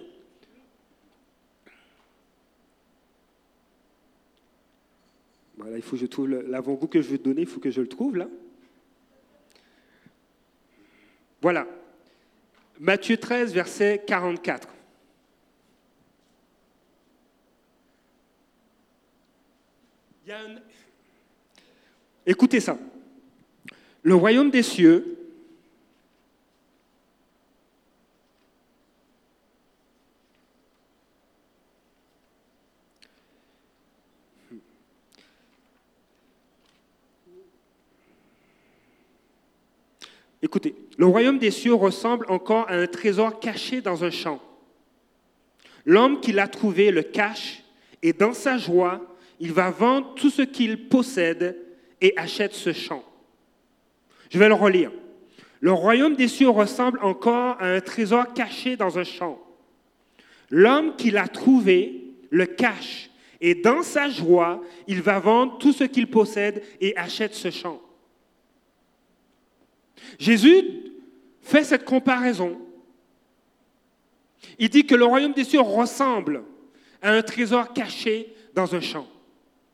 Voilà, il faut que je trouve l'avant-goût que je veux te donner, il faut que je le trouve là. Voilà. Matthieu 13, verset 44. Écoutez ça. Le royaume des cieux Écoutez, le royaume des cieux ressemble encore à un trésor caché dans un champ. L'homme qui l'a trouvé le cache et dans sa joie, il va vendre tout ce qu'il possède et achète ce champ. Je vais le relire. Le royaume des cieux ressemble encore à un trésor caché dans un champ. L'homme qui l'a trouvé le cache et dans sa joie, il va vendre tout ce qu'il possède et achète ce champ. Jésus fait cette comparaison. Il dit que le royaume des cieux ressemble à un trésor caché dans un champ.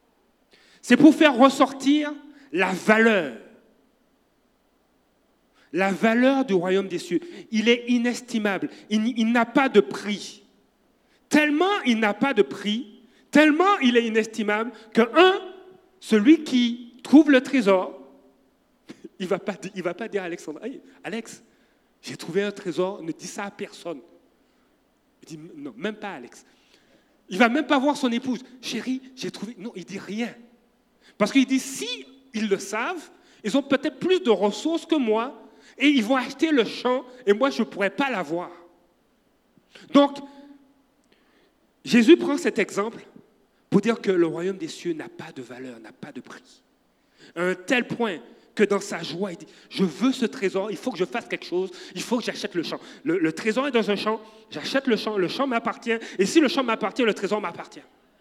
C'est pour faire ressortir la valeur, La valeur du royaume des cieux, il est inestimable. Il n'a pas de prix. Tellement il n'a pas de prix, tellement il est inestimable que, celui qui trouve le trésor, il va pas dire à Alexandre, hey, Alex, j'ai trouvé un trésor, ne dis ça à personne. Il dit, non, même pas Alex. Il ne va même pas voir son épouse. Chérie, j'ai trouvé... Non, il ne dit rien. Parce qu'il dit, si ils le savent, ils ont peut-être plus de ressources que moi et ils vont acheter le champ et moi, je ne pourrais pas l'avoir. Donc, Jésus prend cet exemple pour dire que le royaume des cieux n'a pas de valeur, n'a pas de prix. À un tel point que dans sa joie, il dit, je veux ce trésor, il faut que je fasse quelque chose, il faut que j'achète le champ. Le trésor est dans un champ, j'achète le champ m'appartient, et si le champ m'appartient, le trésor m'appartient.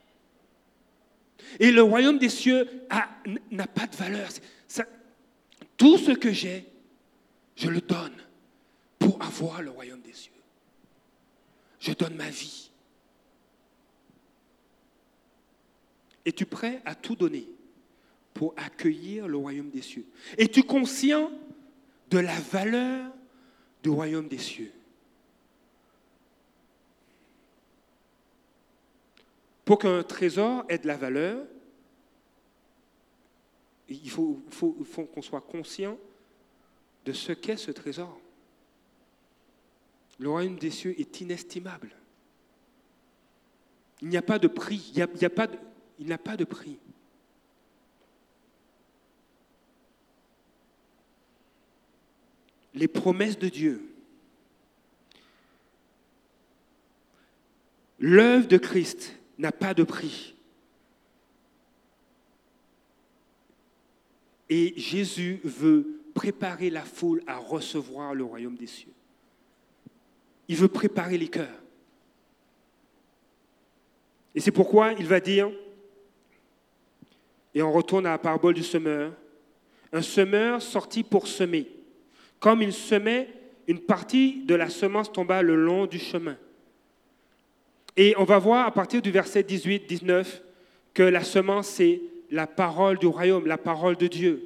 Et le royaume des cieux n'a pas de valeur. Tout ce que j'ai, je le donne pour avoir le royaume des cieux. Je donne ma vie. Es-tu prêt à tout donner pour accueillir le royaume des cieux? Es-tu conscient de la valeur du royaume des cieux? Pour qu'un trésor ait de la valeur, il faut qu'on soit conscient de ce qu'est ce trésor. Le royaume des cieux est inestimable. Il n'y a pas de prix. Il n'a pas de prix. Les promesses de Dieu, l'œuvre de Christ n'a pas de prix. Et Jésus veut préparer la foule à recevoir le royaume des cieux. Il veut préparer les cœurs. Et c'est pourquoi il va dire, et on retourne à la parabole du semeur, un semeur sortit pour semer. Comme il semait, une partie de la semence tomba le long du chemin. Et on va voir à partir du verset 18-19 que la semence, c'est la parole du royaume, la parole de Dieu.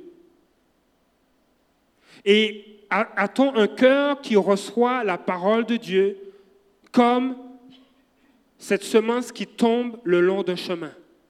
Et a-t-on un cœur qui reçoit la parole de Dieu comme cette semence qui tombe le long d'un chemin?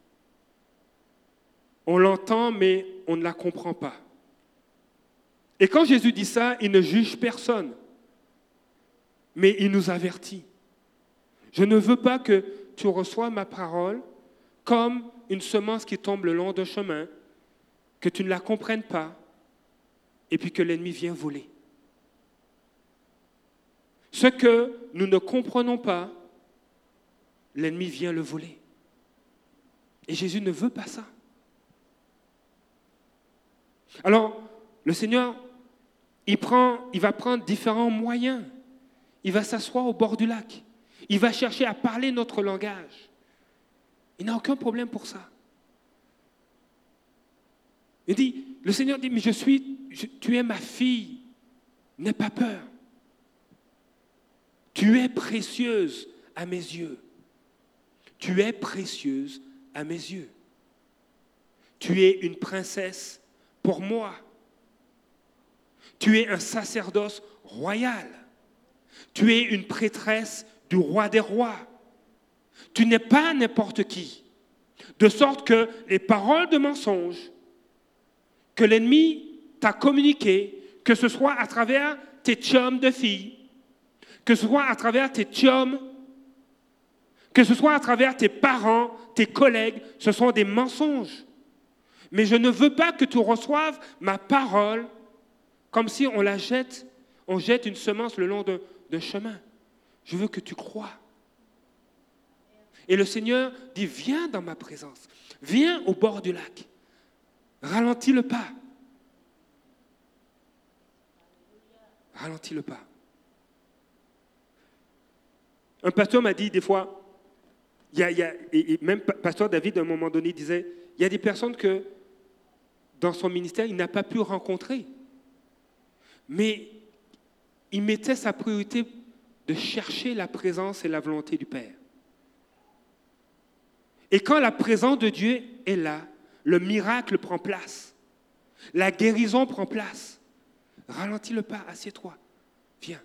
On l'entend, mais on ne la comprend pas. Et quand Jésus dit ça, il ne juge personne, mais il nous avertit. Je ne veux pas que tu reçoives ma parole comme une semence qui tombe le long d'un chemin, que tu ne la comprennes pas, et puis que l'ennemi vient voler. Ce que nous ne comprenons pas, l'ennemi vient le voler. Et Jésus ne veut pas ça. Alors, le Seigneur, il va prendre différents moyens. Il va s'asseoir au bord du lac. Il va chercher à parler notre langage. Il n'a aucun problème pour ça. Le Seigneur dit, mais tu es ma fille, n'aie pas peur. Tu es précieuse à mes yeux. Tu es précieuse à mes yeux. Tu es une princesse pour moi. Tu es un sacerdoce royal. Tu es une prêtresse du roi des rois. Tu n'es pas n'importe qui. De sorte que les paroles de mensonge que l'ennemi t'a communiquées, que ce soit à travers tes chums de filles, que ce soit à travers tes chums, que ce soit à travers tes parents, tes collègues, ce sont des mensonges. Mais je ne veux pas que tu reçoives ma parole comme si on jette une semence le long d'un chemin. Je veux que tu crois. Et le Seigneur dit, viens dans ma présence, viens au bord du lac, ralentis le pas. Ralentis le pas. Un pasteur m'a dit des fois, et même pasteur David à un moment donné disait, il y a des personnes que dans son ministère, il n'a pas pu rencontrer. Mais il mettait sa priorité de chercher la présence et la volonté du Père. Et quand la présence de Dieu est là, le miracle prend place. La guérison prend place. Ralentis le pas, assieds-toi. Viens.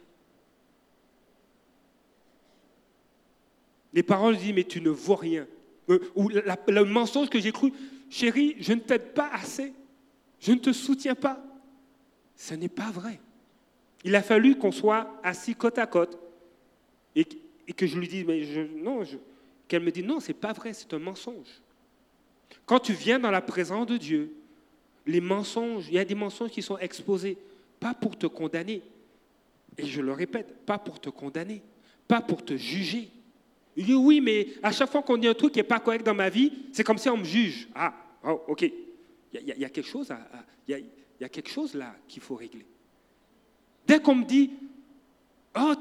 Les paroles disent, mais tu ne vaux rien. Ou le mensonge que j'ai cru, chérie, je ne t'aide pas assez. Je ne te soutiens pas. Ce n'est pas vrai. Il a fallu qu'on soit assis côte à côte et que je lui dise, mais qu'elle me dise, non, ce n'est pas vrai, c'est un mensonge. Quand tu viens dans la présence de Dieu, les mensonges, il y a des mensonges qui sont exposés, pas pour te condamner. Et je le répète, pas pour te condamner, pas pour te juger. Il dit, oui, mais à chaque fois qu'on dit un truc qui n'est pas correct dans ma vie, c'est comme si on me juge. Ah, oh, ok. Il y a quelque chose il y a quelque chose là qu'il faut régler. Dès qu'on me dit, oh,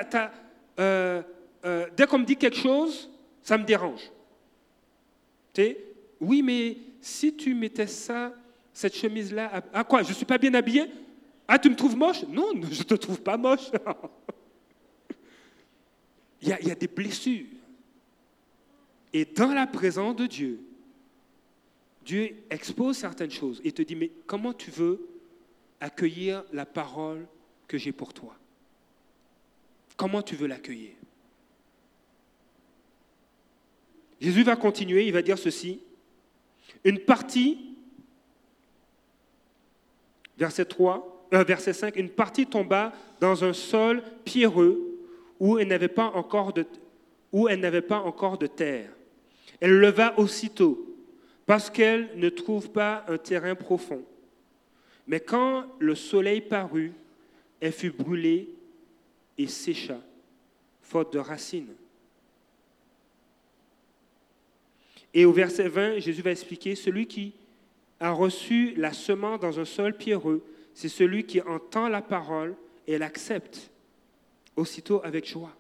dès qu'on me dit quelque chose, ça me dérange. Tu sais, oui, mais si tu mettais ça, cette chemise-là, à quoi? Je ne suis pas bien habillé? Ah, tu me trouves moche? Non, je ne te trouve pas moche. Il y a des blessures. Et dans la présence de Dieu, Dieu expose certaines choses et te dit, mais comment tu veux accueillir la parole que j'ai pour toi? Comment tu veux l'accueillir? Jésus va continuer, il va dire ceci. Une partie, verset 5, une partie tomba dans un sol pierreux où elle n'avait pas encore de terre. Elle leva aussitôt, parce qu'elle ne trouve pas un terrain profond. Mais quand le soleil parut, elle fut brûlée et sécha, faute de racines. Et au verset 20, Jésus va expliquer, celui qui a reçu la semence dans un sol pierreux, c'est celui qui entend la parole et l'accepte aussitôt avec joie.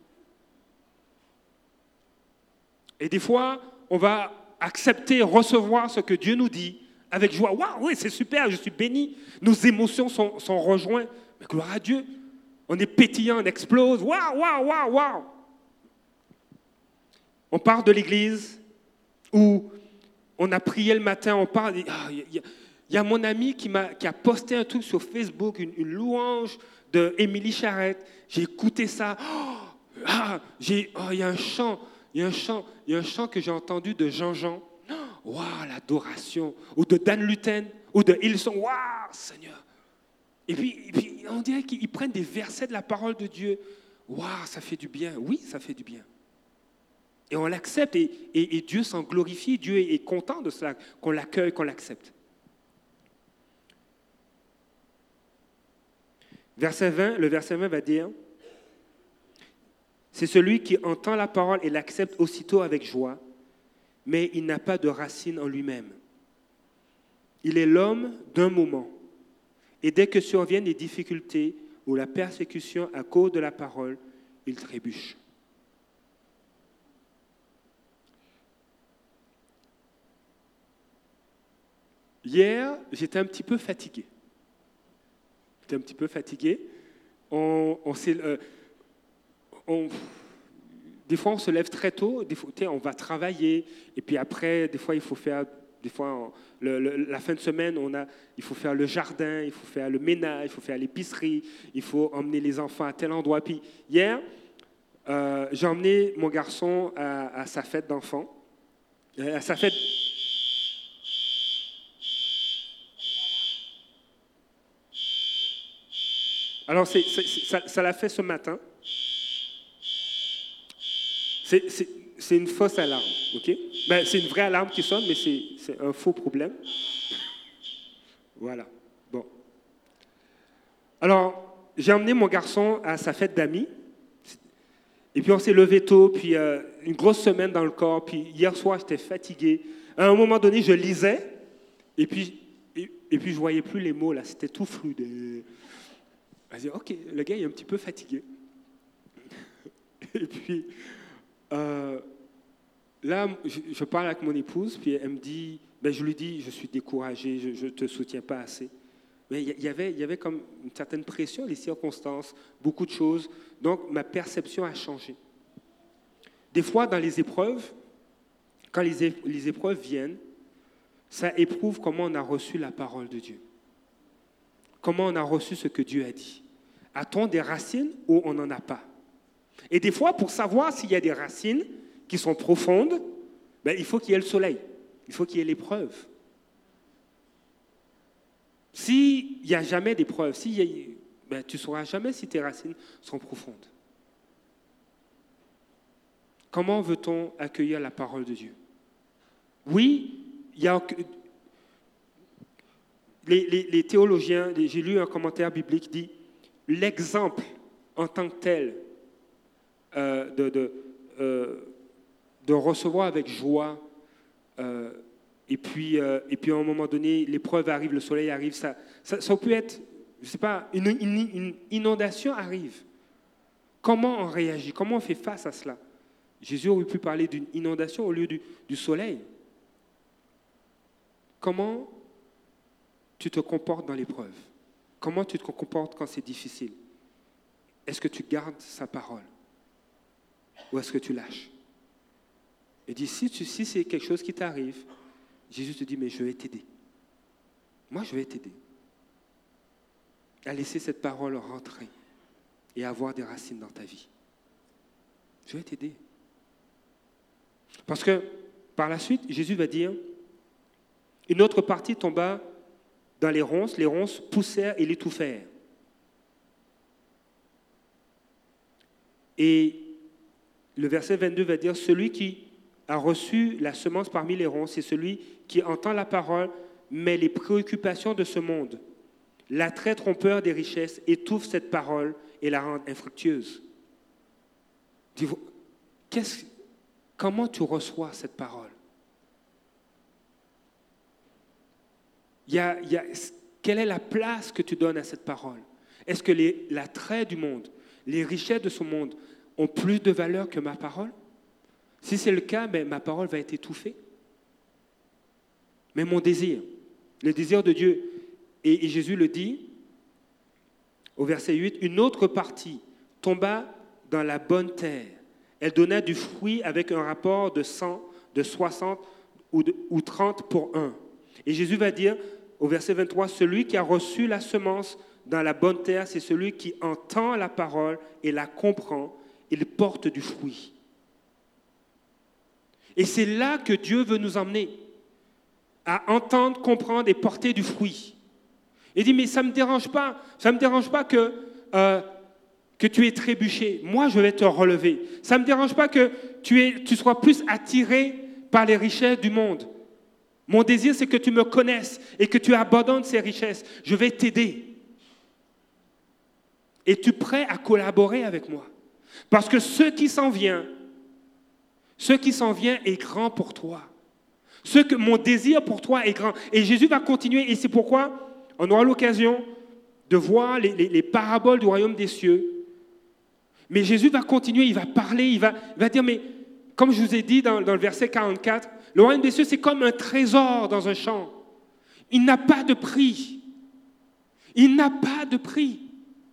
Et des fois, on va accepter, recevoir ce que Dieu nous dit avec joie. Waouh, oui, c'est super, je suis béni. Nos émotions sont rejointes. Mais gloire à Dieu, on est pétillant, on explose. Waouh, waouh, waouh, waouh. On part de l'église où on a prié le matin, on part. Il y a mon ami qui a posté un truc sur Facebook, une louange de Émilie Charrette. J'ai écouté ça. Il y a un chant. Il y a un chant que j'ai entendu de Jean-Jean. Waouh, l'adoration. Ou de Dan Luten, ou de Hillsong. Waouh, Seigneur. Et puis, on dirait qu'ils prennent des versets de la parole de Dieu. Waouh, ça fait du bien. Oui, ça fait du bien. Et on l'accepte et Dieu s'en glorifie. Dieu est content de cela, qu'on l'accueille, qu'on l'accepte. Le verset 20 va dire, c'est celui qui entend la parole et l'accepte aussitôt avec joie, mais il n'a pas de racine en lui-même. Il est l'homme d'un moment. Et dès que surviennent les difficultés ou la persécution à cause de la parole, il trébuche. Hier, j'étais un petit peu fatigué. Des fois, on se lève très tôt, des fois, on va travailler, et puis après, des fois, il faut faire, la fin de semaine, il faut faire le jardin, il faut faire le ménage, il faut faire l'épicerie, il faut emmener les enfants à tel endroit. Puis hier, j'ai emmené mon garçon à sa fête d'enfant, à sa fête. Alors, ça l'a fait ce matin. C'est une fausse alarme, ok? Ben, c'est une vraie alarme qui sonne, mais c'est un faux problème. Voilà, bon. Alors, j'ai emmené mon garçon à sa fête d'amis, et puis on s'est levé tôt, puis une grosse semaine dans le corps, puis hier soir, j'étais fatigué. À un moment donné, je lisais, et puis je voyais plus les mots, là, c'était tout flou. Je me dis, ok, le gars est un petit peu fatigué. Et puis, là, je parle avec mon épouse, puis elle me dit, je lui dis, je suis découragé, je ne te soutiens pas assez. Mais il y avait comme une certaine pression, les circonstances, beaucoup de choses. Donc, ma perception a changé. Des fois, dans les épreuves, quand les épreuves viennent, ça éprouve comment on a reçu la parole de Dieu. Comment on a reçu ce que Dieu a dit? A-t-on des racines ou on n'en a pas? Et des fois, pour savoir s'il y a des racines qui sont profondes, il faut qu'il y ait le soleil, il faut qu'il y ait l'épreuve. S'il n'y a jamais d'épreuve, tu ne sauras jamais si tes racines sont profondes. Comment veut-on accueillir la parole de Dieu? Oui, il y a... Les théologiens, j'ai lu un commentaire biblique, dit l'exemple en tant que tel de recevoir avec joie, et puis à un moment donné, l'épreuve arrive, le soleil arrive, ça peut être, je ne sais pas, une inondation arrive. Comment on réagit? Comment on fait face à cela? Jésus aurait pu parler d'une inondation au lieu du soleil. Comment tu te comportes dans l'épreuve? Comment tu te comportes quand c'est difficile? Est-ce que tu gardes sa parole? Ou est-ce que tu lâches? Et dit, si c'est quelque chose qui t'arrive, Jésus te dit, mais je vais t'aider. Moi, je vais t'aider à laisser cette parole rentrer et avoir des racines dans ta vie. Je vais t'aider. Parce que, par la suite, Jésus va dire, une autre partie tomba dans les ronces poussèrent et l'étouffèrent. Et le verset 22 va dire, celui qui a reçu la semence parmi les ronces, c'est celui qui entend la parole, mais les préoccupations de ce monde, l'attrait trompeur des richesses, étouffe cette parole et la rend infructueuse. Comment tu reçois cette parole? Quelle est la place que tu donnes à cette parole? Est-ce que l'attrait du monde, les richesses de ce monde ont plus de valeur que ma parole? Si c'est le cas, ma parole va être étouffée. Mais mon désir, le désir de Dieu, et Jésus le dit au verset 8, une autre partie tomba dans la bonne terre. Elle donna du fruit avec un rapport de 100, de 60 ou 30 pour 1. Et Jésus va dire au verset 23, celui qui a reçu la semence dans la bonne terre, c'est celui qui entend la parole et la comprend, il porte du fruit. Et c'est là que Dieu veut nous emmener, à entendre, comprendre et porter du fruit. Il dit, mais ça ne me dérange pas que tu aies trébuché. Moi, je vais te relever. Ça ne me dérange pas que tu sois plus attiré par les richesses du monde. Mon désir, c'est que tu me connaisses et que tu abandonnes ces richesses. Je vais t'aider. Es-tu prêt à collaborer avec moi? Parce que ce qui s'en vient est grand pour toi. Mon désir pour toi est grand. Et Jésus va continuer. Et c'est pourquoi on aura l'occasion de voir les paraboles du royaume des cieux. Mais Jésus va continuer, il va parler, il va dire, mais comme je vous ai dit dans le verset 44, le royaume des cieux, c'est comme un trésor dans un champ. Il n'a pas de prix. Il n'a pas de prix.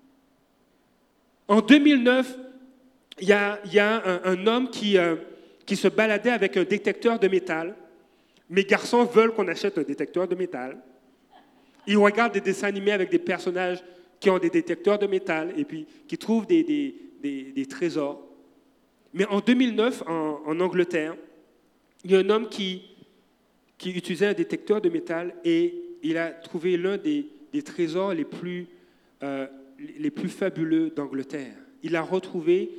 En 2009, il y a un homme qui se baladait avec un détecteur de métal. Mes garçons veulent qu'on achète un détecteur de métal. Ils regardent des dessins animés avec des personnages qui ont des détecteurs de métal et puis qui trouvent des trésors. Mais en 2009, en Angleterre, il y a un homme qui utilisait un détecteur de métal et il a trouvé l'un des trésors les plus fabuleux d'Angleterre. Il a retrouvé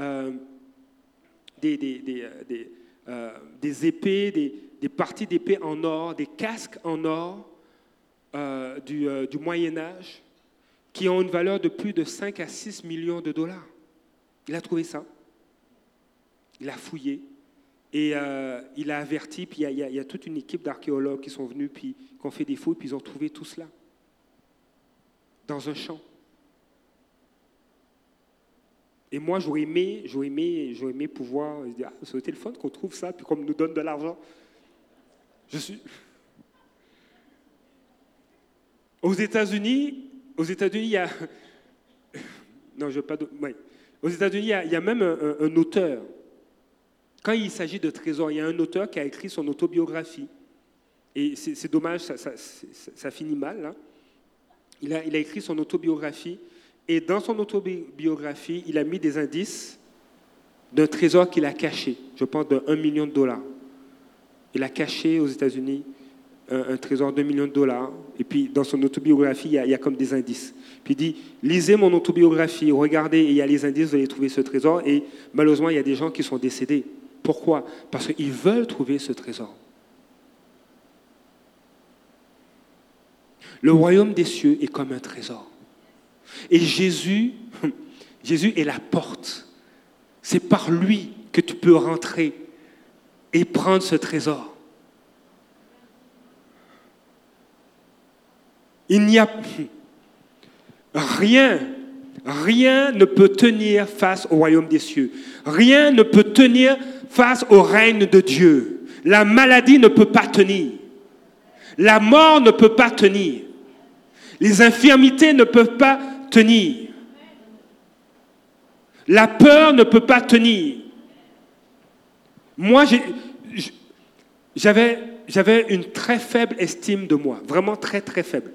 des épées, des parties d'épées en or, des casques en or du Moyen-Âge qui ont une valeur de plus de 5 à 6 millions de dollars. Il a trouvé ça. Il a fouillé. Et il a averti, puis il y a toute une équipe d'archéologues qui sont venus, puis qui ont fait des fouilles, puis ils ont trouvé tout cela dans un champ. Et moi, j'aurais aimé pouvoir dire, ça aurait été le fun qu'on trouve ça, puis qu'on nous donne de l'argent. Aux États-Unis, il y a... Non, je ne veux pas... Ouais. Aux États-Unis, il y a même un auteur. Quand il s'agit de trésors, il y a un auteur qui a écrit son autobiographie. Et c'est dommage, ça finit mal. Là. il a écrit son autobiographie, et dans son autobiographie, il a mis des indices d'un trésor qu'il a caché, je pense de $1 million. Il a caché aux États-Unis un trésor de $1 million. Et puis, dans son autobiographie, il y a comme des indices. Puis il dit, lisez mon autobiographie, regardez, et il y a les indices, vous allez trouver ce trésor. Et malheureusement, il y a des gens qui sont décédés. Pourquoi? Parce qu'ils veulent trouver ce trésor. Le royaume des cieux est comme un trésor. Et Jésus est la porte. C'est par lui que tu peux rentrer et prendre ce trésor. Il n'y a rien ne peut tenir face au royaume des cieux. Rien ne peut tenir face au règne de Dieu. La maladie ne peut pas tenir. La mort ne peut pas tenir. Les infirmités ne peuvent pas tenir. La peur ne peut pas tenir. Moi, j'avais une très faible estime de moi, vraiment très très faible.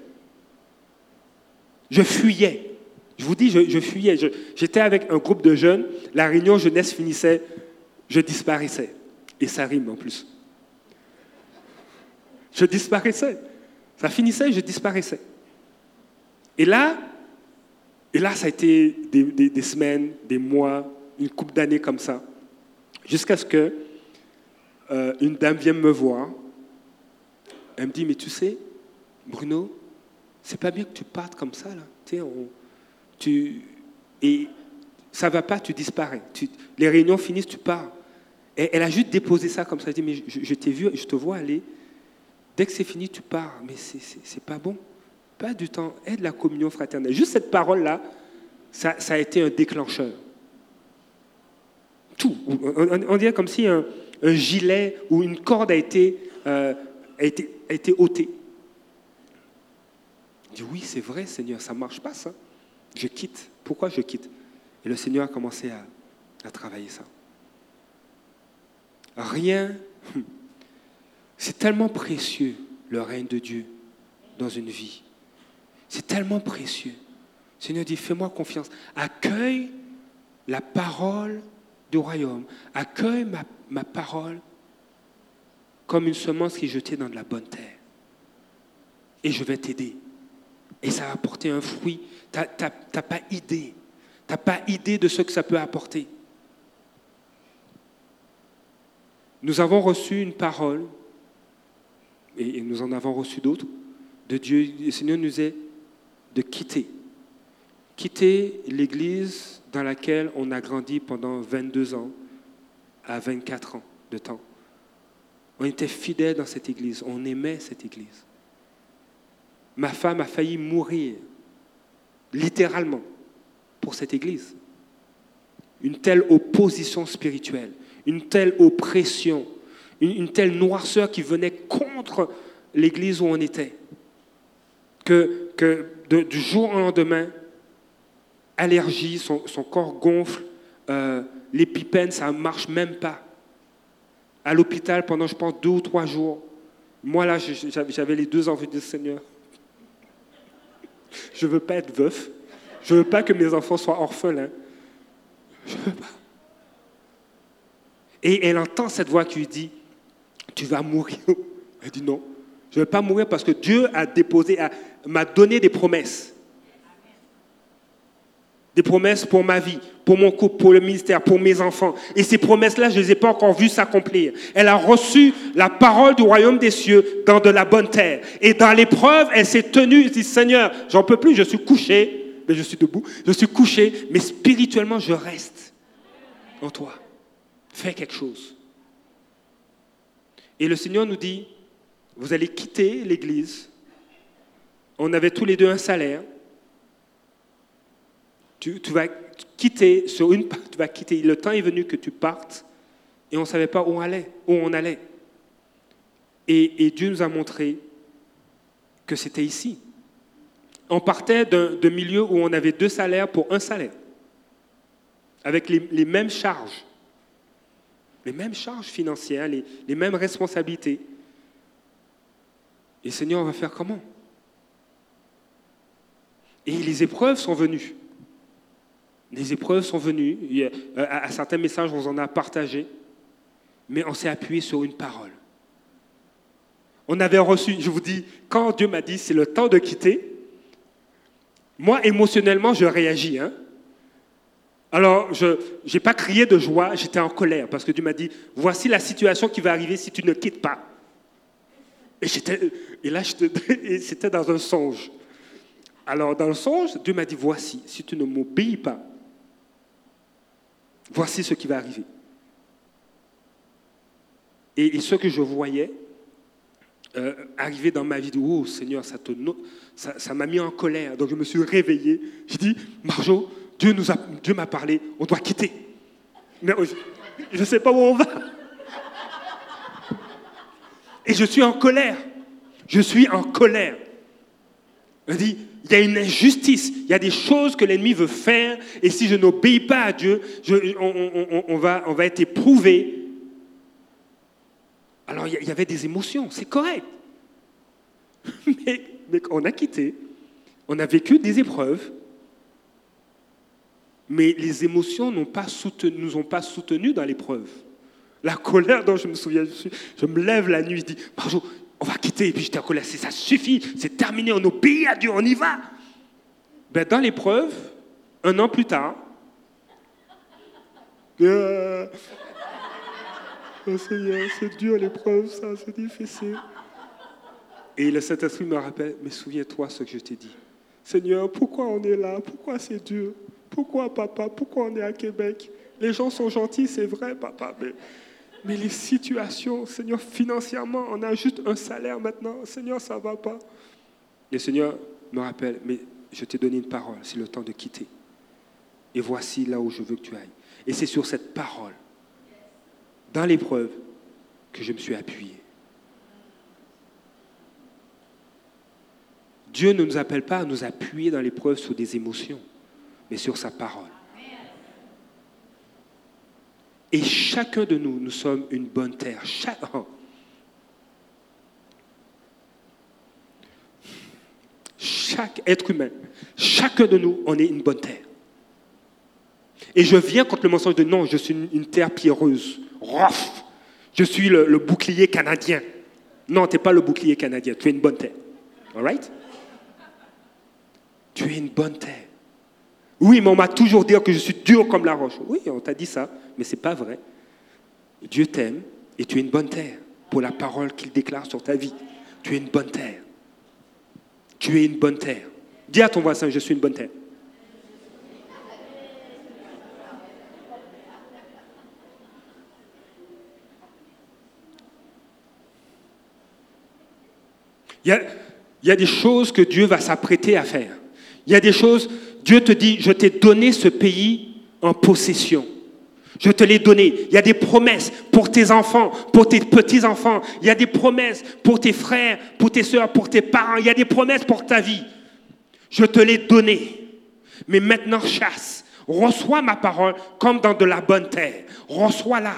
Je fuyais. Je vous dis, je fuyais. J'étais avec un groupe de jeunes, la réunion jeunesse finissait, je disparaissais. Et ça rime en plus. Je disparaissais. Ça finissait, je disparaissais. Et là, ça a été des semaines, des mois, une couple d'années comme ça, jusqu'à ce que une dame vienne me voir. Elle me dit, mais tu sais, Bruno, c'est pas bien que tu partes comme ça, là. Et ça va pas, tu disparais. Les réunions finissent, tu pars. Et elle a juste déposé ça comme ça. Elle dit, mais je t'ai vu, je te vois aller. Dès que c'est fini, tu pars. Mais c'est pas bon. Pas du temps. Aide la communion fraternelle. Juste cette parole-là, ça a été un déclencheur. Tout. On dirait comme si un gilet ou une corde a été ôtée. Je dis, oui, c'est vrai, Seigneur, ça ne marche pas, ça. Je quitte. Pourquoi je quitte? Et le Seigneur a commencé à travailler ça. Rien. C'est tellement précieux, le règne de Dieu, dans une vie. C'est tellement précieux. Le Seigneur dit, fais-moi confiance. Accueille la parole du royaume. Accueille ma parole comme une semence qui est jetée dans de la bonne terre. Et je vais t'aider. Et ça va apporter un fruit. Tu n'as pas idée. Tu n'as pas idée de ce que ça peut apporter. Nous avons reçu une parole, et nous en avons reçu d'autres, de Dieu. Le Seigneur nous est de quitter. Quitter l'église dans laquelle on a grandi pendant 22 ans à 24 ans de temps. On était fidèles dans cette église. On aimait cette église. Ma femme a failli mourir, littéralement, pour cette église. Une telle opposition spirituelle, une telle oppression, une telle noirceur qui venait contre l'église où on était, que du jour au lendemain, allergie, son corps gonfle, l'épipène, ça ne marche même pas. À l'hôpital pendant, je pense, 2 ou 3 jours. Moi, là, j'avais les 2 envies de dire, Seigneur, je ne veux pas être veuf. Je ne veux pas que mes enfants soient orphelins. Je ne veux pas. Et elle entend cette voix qui lui dit, tu vas mourir. Elle dit non, je ne vais pas mourir parce que Dieu m'a donné des promesses. Des promesses pour ma vie, pour mon couple, pour le ministère, pour mes enfants. Et ces promesses-là, je ne les ai pas encore vues s'accomplir. Elle a reçu la parole du royaume des cieux dans de la bonne terre. Et dans l'épreuve, elle s'est tenue. Elle dit, Seigneur, j'en peux plus, je suis couché. Mais je suis debout. Je suis couché, mais spirituellement, je reste en toi. Fais quelque chose. Et le Seigneur nous dit, vous allez quitter l'église. On avait tous les 2 un salaire. Tu vas quitter, tu vas quitter. Le temps est venu que tu partes et on ne savait pas où on allait. Et Dieu nous a montré que c'était ici. On partait d'un milieu où on avait 2 salaires pour 1 salaire, avec les mêmes charges. Les mêmes charges financières, les mêmes responsabilités. Et Seigneur, on va faire comment? Et les épreuves sont venues. Les épreuves sont venues. À certains messages, on en a partagé. Mais on s'est appuyé sur une parole. On avait reçu, je vous dis, quand Dieu m'a dit, c'est le temps de quitter, moi, émotionnellement, je réagis. Alors, je n'ai pas crié de joie, j'étais en colère, parce que Dieu m'a dit, voici la situation qui va arriver si tu ne quittes pas. Et là, c'était dans un songe. Alors, dans le songe, Dieu m'a dit, voici, si tu ne m'obéis pas, voici ce qui va arriver. Et ce que je voyais arriver dans ma vie, oh Seigneur, ça m'a mis en colère. Donc je me suis réveillé. Je dis, Marjo, Dieu m'a parlé, on doit quitter. Mais je ne sais pas où on va. Et je suis en colère. Je suis en colère. Je dis, il y a une injustice, il y a des choses que l'ennemi veut faire, et si je n'obéis pas à Dieu, on va être éprouvé. Alors, il y avait des émotions, c'est correct. Mais on a quitté, on a vécu des épreuves, mais les émotions nous ont pas soutenus dans l'épreuve. La colère dont je me souviens, je me lève la nuit, je dis, bonjour, on va quitter, et puis j'étais en colère, ça suffit, c'est terminé, on obéit à Dieu, on y va. Ben, dans l'épreuve, 1 an plus tard, oh Seigneur, c'est dur l'épreuve, ça, c'est difficile. Et le Saint-Esprit me rappelle, mais souviens-toi ce que je t'ai dit. Seigneur, pourquoi on est là? Pourquoi c'est dur? Pourquoi, papa? Pourquoi on est à Québec? Les gens sont gentils, c'est vrai, papa, mais les situations, Seigneur, financièrement, on a juste un salaire maintenant. Seigneur, ça ne va pas. Et le Seigneur me rappelle, mais je t'ai donné une parole, c'est le temps de quitter. Et voici là où je veux que tu ailles. Et c'est sur cette parole, dans l'épreuve, que je me suis appuyé. Dieu ne nous appelle pas à nous appuyer dans l'épreuve sur des émotions, mais sur sa parole. Et chacun de nous, nous sommes une bonne terre. Chaque être humain, chacun de nous, on est une bonne terre. Et je viens contre le mensonge de non, je suis une terre pierreuse. Rof, je suis le bouclier canadien. Non, tu n'es pas le bouclier canadien, tu es une bonne terre. All right? Tu es une bonne terre. Oui, mais on m'a toujours dit que je suis dur comme la roche. Oui, on t'a dit ça, mais ce n'est pas vrai. Dieu t'aime et tu es une bonne terre pour la parole qu'il déclare sur ta vie. Tu es une bonne terre. Tu es une bonne terre. Dis à ton voisin, je suis une bonne terre. Il y a des choses que Dieu va s'apprêter à faire. Il y a des choses, Dieu te dit, je t'ai donné ce pays en possession. Je te l'ai donné. Il y a des promesses pour tes enfants, pour tes petits-enfants. Il y a des promesses pour tes frères, pour tes sœurs, pour tes parents. Il y a des promesses pour ta vie. Je te l'ai donné. Mais maintenant, chasse. Reçois ma parole comme dans de la bonne terre. Reçois-la.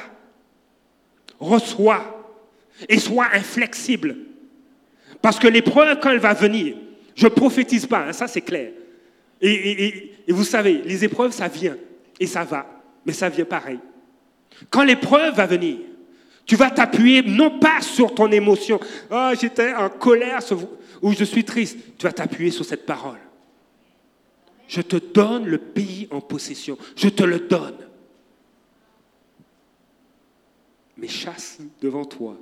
Reçois. Et sois inflexible. Parce que l'épreuve, quand elle va venir, je ne prophétise pas, ça c'est clair. Et vous savez, les épreuves, ça vient et ça va, mais ça vient pareil. Quand l'épreuve va venir, tu vas t'appuyer non pas sur ton émotion, « Oh, j'étais en colère ou je suis triste », tu vas t'appuyer sur cette parole. Je te donne le pays en possession, je te le donne. Mais chasse devant toi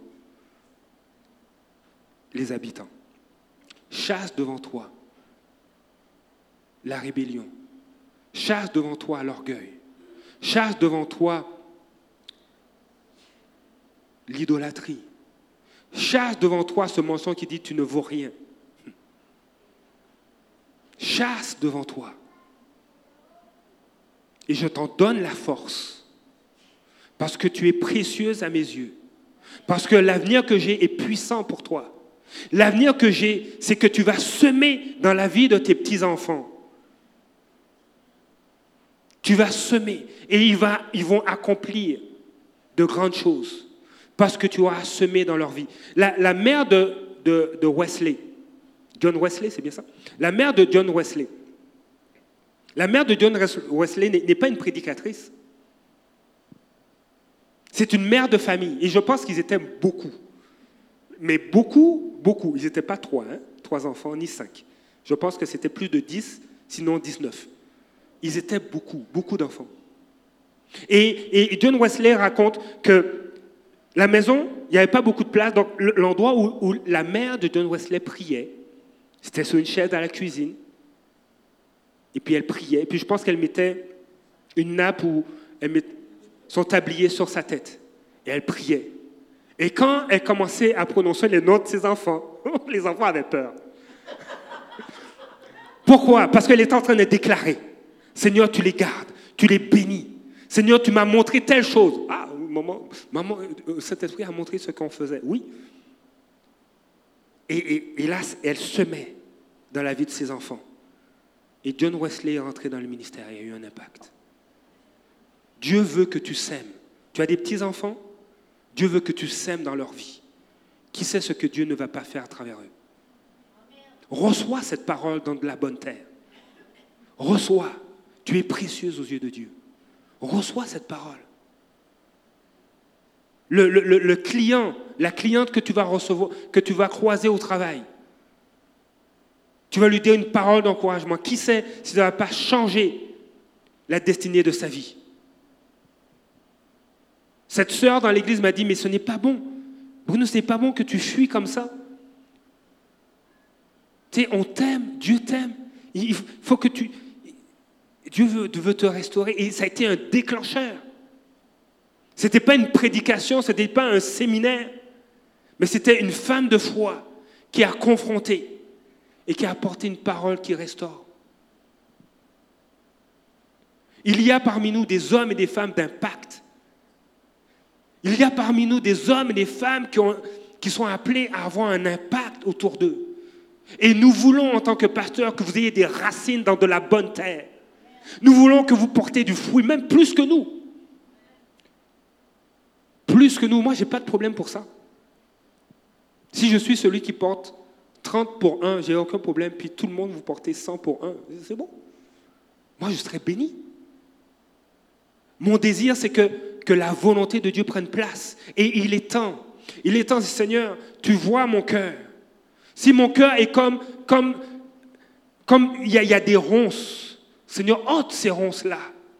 les habitants. Chasse devant toi la rébellion. Chasse devant toi l'orgueil. Chasse devant toi l'idolâtrie. Chasse devant toi ce mensonge qui dit tu ne vaux rien. Chasse devant toi. Et je t'en donne la force. Parce que tu es précieuse à mes yeux. Parce que l'avenir que j'ai est puissant pour toi. L'avenir que j'ai, c'est que tu vas semer dans la vie de tes petits-enfants. Tu vas semer et ils vont accomplir de grandes choses parce que tu auras semé dans leur vie. La mère de Wesley, John Wesley, c'est bien ça? La mère de John Wesley, La mère de John Wesley n'est pas une prédicatrice. C'est une mère de famille. Et je pense qu'ils étaient beaucoup. Mais beaucoup, beaucoup. Ils n'étaient pas 3 enfants, ni 5. Je pense que c'était plus de 10, sinon 19. Ils étaient beaucoup, beaucoup d'enfants. Et John Wesley raconte que la maison, il n'y avait pas beaucoup de place. Donc l'endroit où la mère de John Wesley priait, c'était sur une chaise à la cuisine. Et puis elle priait. Et puis je pense qu'elle mettait une nappe ou elle mettait son tablier sur sa tête. Et elle priait. Et quand elle commençait à prononcer les noms de ses enfants, les enfants avaient peur. Pourquoi? Parce qu'elle était en train de déclarer, Seigneur, tu les gardes, tu les bénis. Seigneur, tu m'as montré telle chose. Ah, maman, Saint-Esprit a montré ce qu'on faisait. Oui. Et là, elle semait dans la vie de ses enfants. Et John Wesley est rentré dans le ministère et a eu un impact. Dieu veut que tu sèmes. Tu as des petits-enfants? Dieu veut que tu sèmes dans leur vie. Qui sait ce que Dieu ne va pas faire à travers eux? Reçois cette parole dans de la bonne terre. Reçois. Tu es précieuse aux yeux de Dieu. Reçois cette parole. Le client, la cliente que tu vas recevoir, que tu vas croiser au travail, tu vas lui dire une parole d'encouragement. Qui sait si ça ne va pas changer la destinée de sa vie? Cette sœur dans l'église m'a dit, mais ce n'est pas bon. Bruno, ce n'est pas bon que tu fuis comme ça. Tu sais, on t'aime, Dieu t'aime. Il faut que tu... Dieu veut te restaurer. Et ça a été un déclencheur. Ce n'était pas une prédication, ce n'était pas un séminaire, mais c'était une femme de foi qui a confronté et qui a apporté une parole qui restaure. Il y a parmi nous des hommes et des femmes d'impact. Il y a parmi nous des hommes et des femmes qui sont appelés à avoir un impact autour d'eux. Et nous voulons, en tant que pasteurs, que vous ayez des racines dans de la bonne terre. Nous voulons que vous portez du fruit, même plus que nous. Plus que nous. Moi, je n'ai pas de problème pour ça. Si je suis celui qui porte 30 pour 1, je n'ai aucun problème. Puis tout le monde, vous portez 100 pour 1. C'est bon. Moi, je serai béni. Mon désir, c'est que la volonté de Dieu prenne place. Et il est temps. Il est temps, Seigneur, tu vois mon cœur. Si mon cœur est comme il y a des ronces, Seigneur, ôte ces ronces-là.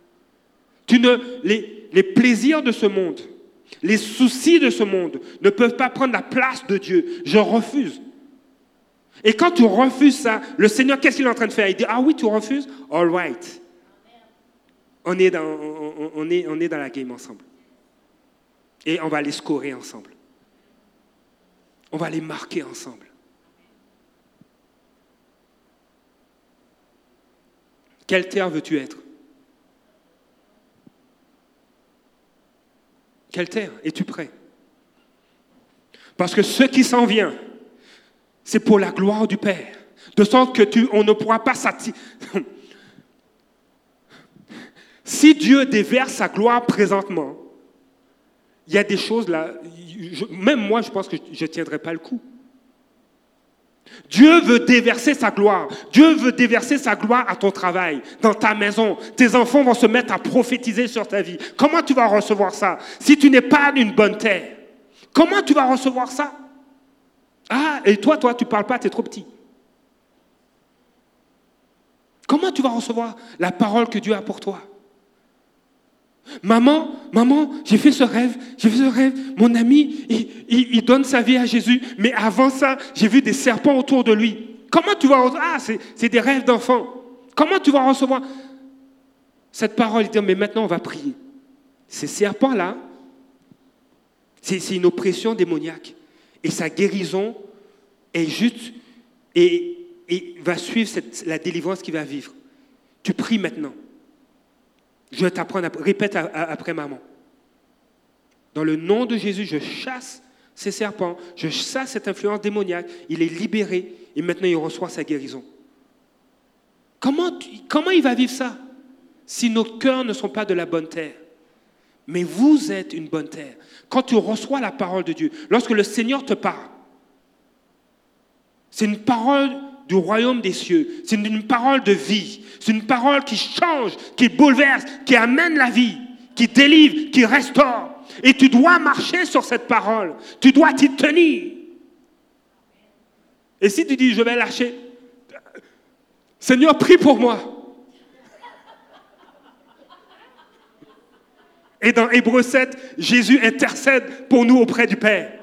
Les plaisirs de ce monde, les soucis de ce monde ne peuvent pas prendre la place de Dieu. Je refuse. Et quand tu refuses ça, le Seigneur, qu'est-ce qu'il est en train de faire? Il dit, ah oui, tu refuses? All right. On est dans la game ensemble. Et on va les scorer ensemble. On va les marquer ensemble. Quelle terre veux-tu être? Quelle terre? Es-tu prêt? Parce que ce qui s'en vient, c'est pour la gloire du Père. De sorte que on ne pourra pas s'attirer. Si Dieu déverse sa gloire présentement, il y a des choses là, même moi, je pense que je ne tiendrai pas le coup. Dieu veut déverser sa gloire. Dieu veut déverser sa gloire à ton travail, dans ta maison. Tes enfants vont se mettre à prophétiser sur ta vie. Comment tu vas recevoir ça si tu n'es pas d'une bonne terre? Comment tu vas recevoir ça? Ah, et toi, tu ne parles pas, tu es trop petit. Comment tu vas recevoir la parole que Dieu a pour toi? Maman, j'ai fait ce rêve. Mon ami, il donne sa vie à Jésus, mais avant ça, j'ai vu des serpents autour de lui. Comment tu vas recevoir? Ah, c'est des rêves d'enfants. Comment tu vas recevoir cette parole? Il dit, mais maintenant, on va prier. Ces serpents-là, c'est une oppression démoniaque. Et sa guérison est juste, et va suivre la délivrance qu'il va vivre. Tu pries maintenant. Je vais t'apprendre, répète après maman. Dans le nom de Jésus, je chasse ces serpents, je chasse cette influence démoniaque, il est libéré et maintenant il reçoit sa guérison. Comment il va vivre ça si nos cœurs ne sont pas de la bonne terre? Mais vous êtes une bonne terre. Quand tu reçois la parole de Dieu, lorsque le Seigneur te parle, c'est une parole du royaume des cieux. C'est une parole de vie. C'est une parole qui change, qui bouleverse, qui amène la vie, qui délivre, qui restaure. Et tu dois marcher sur cette parole. Tu dois t'y tenir. Et si tu dis, je vais lâcher, Seigneur, prie pour moi. Et dans Hébreux 7, Jésus intercède pour nous auprès du Père.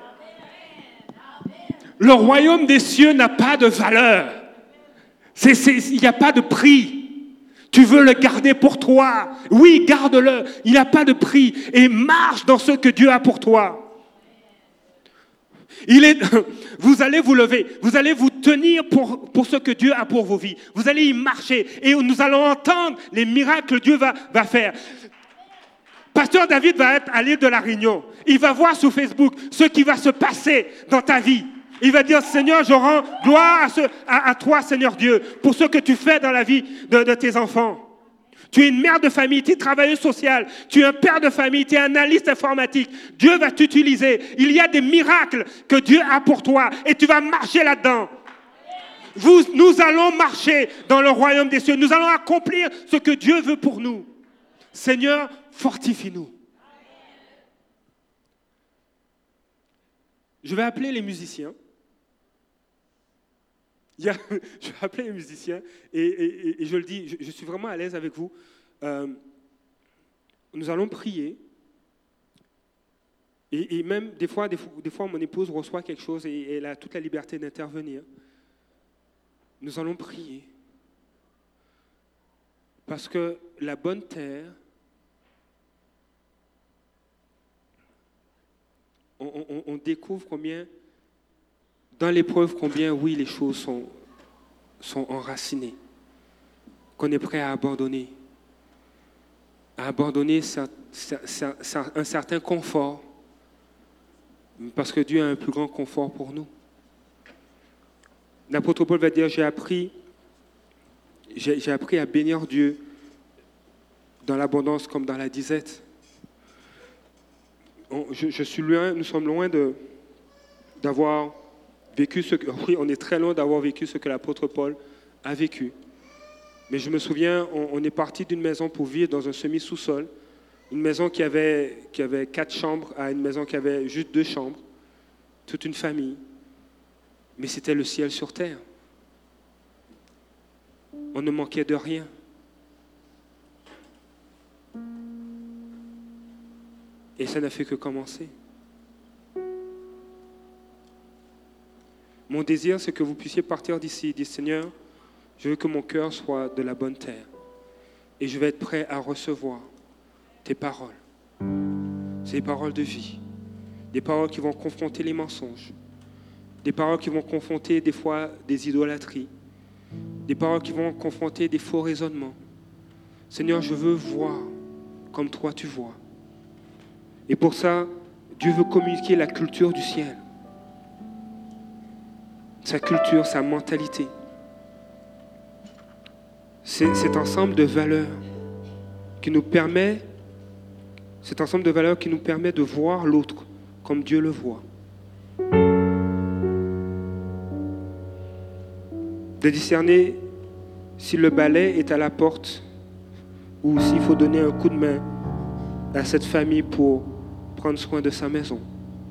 Le royaume des cieux n'a pas de valeur. Il n'y a pas de prix. Tu veux le garder pour toi. Oui, garde-le. Il n'a pas de prix. Et marche dans ce que Dieu a pour toi. Vous allez vous lever. Vous allez vous tenir pour ce que Dieu a pour vos vies. Vous allez y marcher. Et nous allons entendre les miracles que Dieu va faire. Pasteur David va être à l'île de la Réunion. Il va voir sur Facebook ce qui va se passer dans ta vie. Il va dire, Seigneur, je rends gloire à toi, Seigneur Dieu, pour ce que tu fais dans la vie de tes enfants. Tu es une mère de famille, tu es travailleuse sociale, tu es un père de famille, tu es un analyste informatique. Dieu va t'utiliser. Il y a des miracles que Dieu a pour toi et tu vas marcher là-dedans. Nous allons marcher dans le royaume des cieux. Nous allons accomplir ce que Dieu veut pour nous. Seigneur, fortifie-nous. Je vais appeler les musiciens. Je vais appeler les musiciens et je le dis, je suis vraiment à l'aise avec vous. Nous allons prier. Et même des fois, mon épouse reçoit quelque chose et elle a toute la liberté d'intervenir. Nous allons prier. Parce que la bonne terre, on découvre combien, dans l'épreuve, combien, oui, les choses sont enracinées, qu'on est prêt à abandonner un certain confort, parce que Dieu a un plus grand confort pour nous. L'apôtre Paul va dire, j'ai appris à bénir Dieu dans l'abondance comme dans la disette. Nous sommes loin d'avoir vécu oui, on est très loin d'avoir vécu ce que l'apôtre Paul a vécu. Mais je me souviens, on est parti d'une maison pour vivre dans un semi-sous-sol, une maison qui avait 4 chambres à une maison qui avait juste 2 chambres, toute une famille. Mais c'était le ciel sur terre. On ne manquait de rien. Et ça n'a fait que commencer. Mon désir, c'est que vous puissiez partir d'ici et dire, Seigneur, je veux que mon cœur soit de la bonne terre. Et je vais être prêt à recevoir tes paroles. C'est des paroles de vie. Des paroles qui vont confronter les mensonges. Des paroles qui vont confronter des fois des idolâtries. Des paroles qui vont confronter des faux raisonnements. Seigneur, je veux voir comme toi tu vois. Et pour ça, Dieu veut communiquer la culture du ciel. Sa culture, sa mentalité. C'est cet ensemble de valeurs qui nous permet de voir l'autre comme Dieu le voit. De discerner si le balai est à la porte ou s'il faut donner un coup de main à cette famille pour prendre soin de sa maison.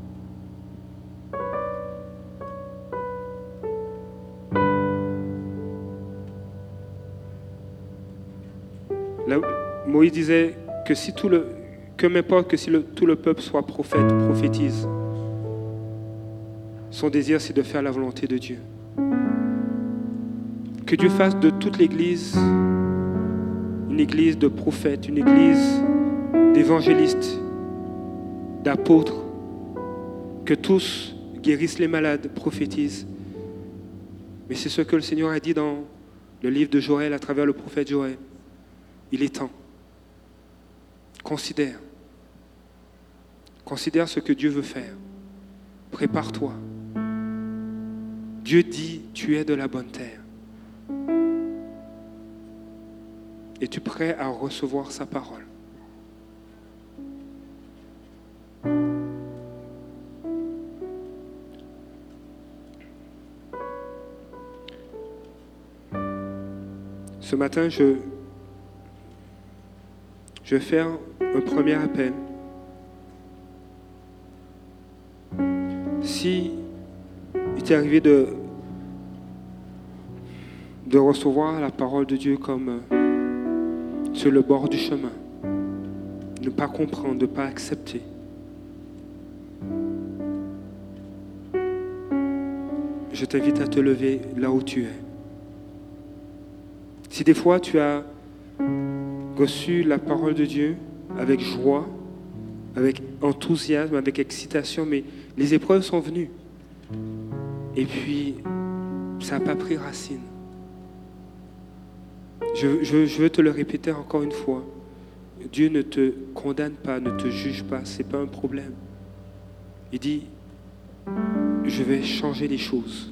Là, Moïse disait que m'importe que si tout le peuple soit prophète, prophétise. Son désir, c'est de faire la volonté de Dieu. Que Dieu fasse de toute l'Église une Église de prophètes, une Église d'évangélistes, d'apôtres, que tous guérissent les malades, prophétisent. Mais c'est ce que le Seigneur a dit dans le livre de Joël à travers le prophète Joël. Il est temps. Considère ce que Dieu veut faire. Prépare-toi. Dieu dit, tu es de la bonne terre. Es-tu prêt à recevoir sa parole? Ce matin, je vais faire un premier appel. Si il t'est arrivé de recevoir la parole de Dieu comme sur le bord du chemin, ne pas comprendre, ne pas accepter, je t'invite à te lever là où tu es. Si des fois tu as reçu la parole de Dieu avec joie, avec enthousiasme, avec excitation, mais les épreuves sont venues. Et puis, ça n'a pas pris racine. Je veux te le répéter encore une fois. Dieu ne te condamne pas, ne te juge pas, ce n'est pas un problème. Il dit, je vais changer les choses.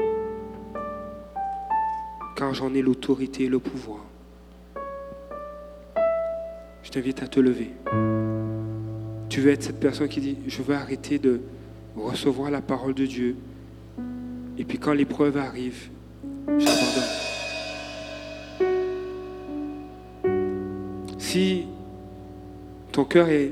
Car j'en ai l'autorité et le pouvoir. Je t'invite à te lever. Tu veux être cette personne qui dit, je veux arrêter de recevoir la parole de Dieu. Et puis quand l'épreuve arrive, j'abandonne. Si ton cœur est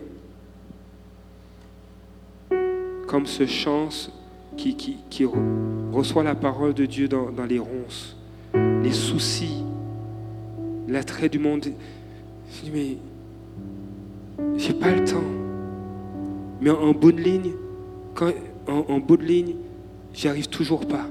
comme ce champ qui reçoit la parole de Dieu dans les ronces, les soucis, l'attrait du monde, je dis, mais j'ai pas le temps. Mais en bout de ligne, en bout de ligne, j'y arrive toujours pas.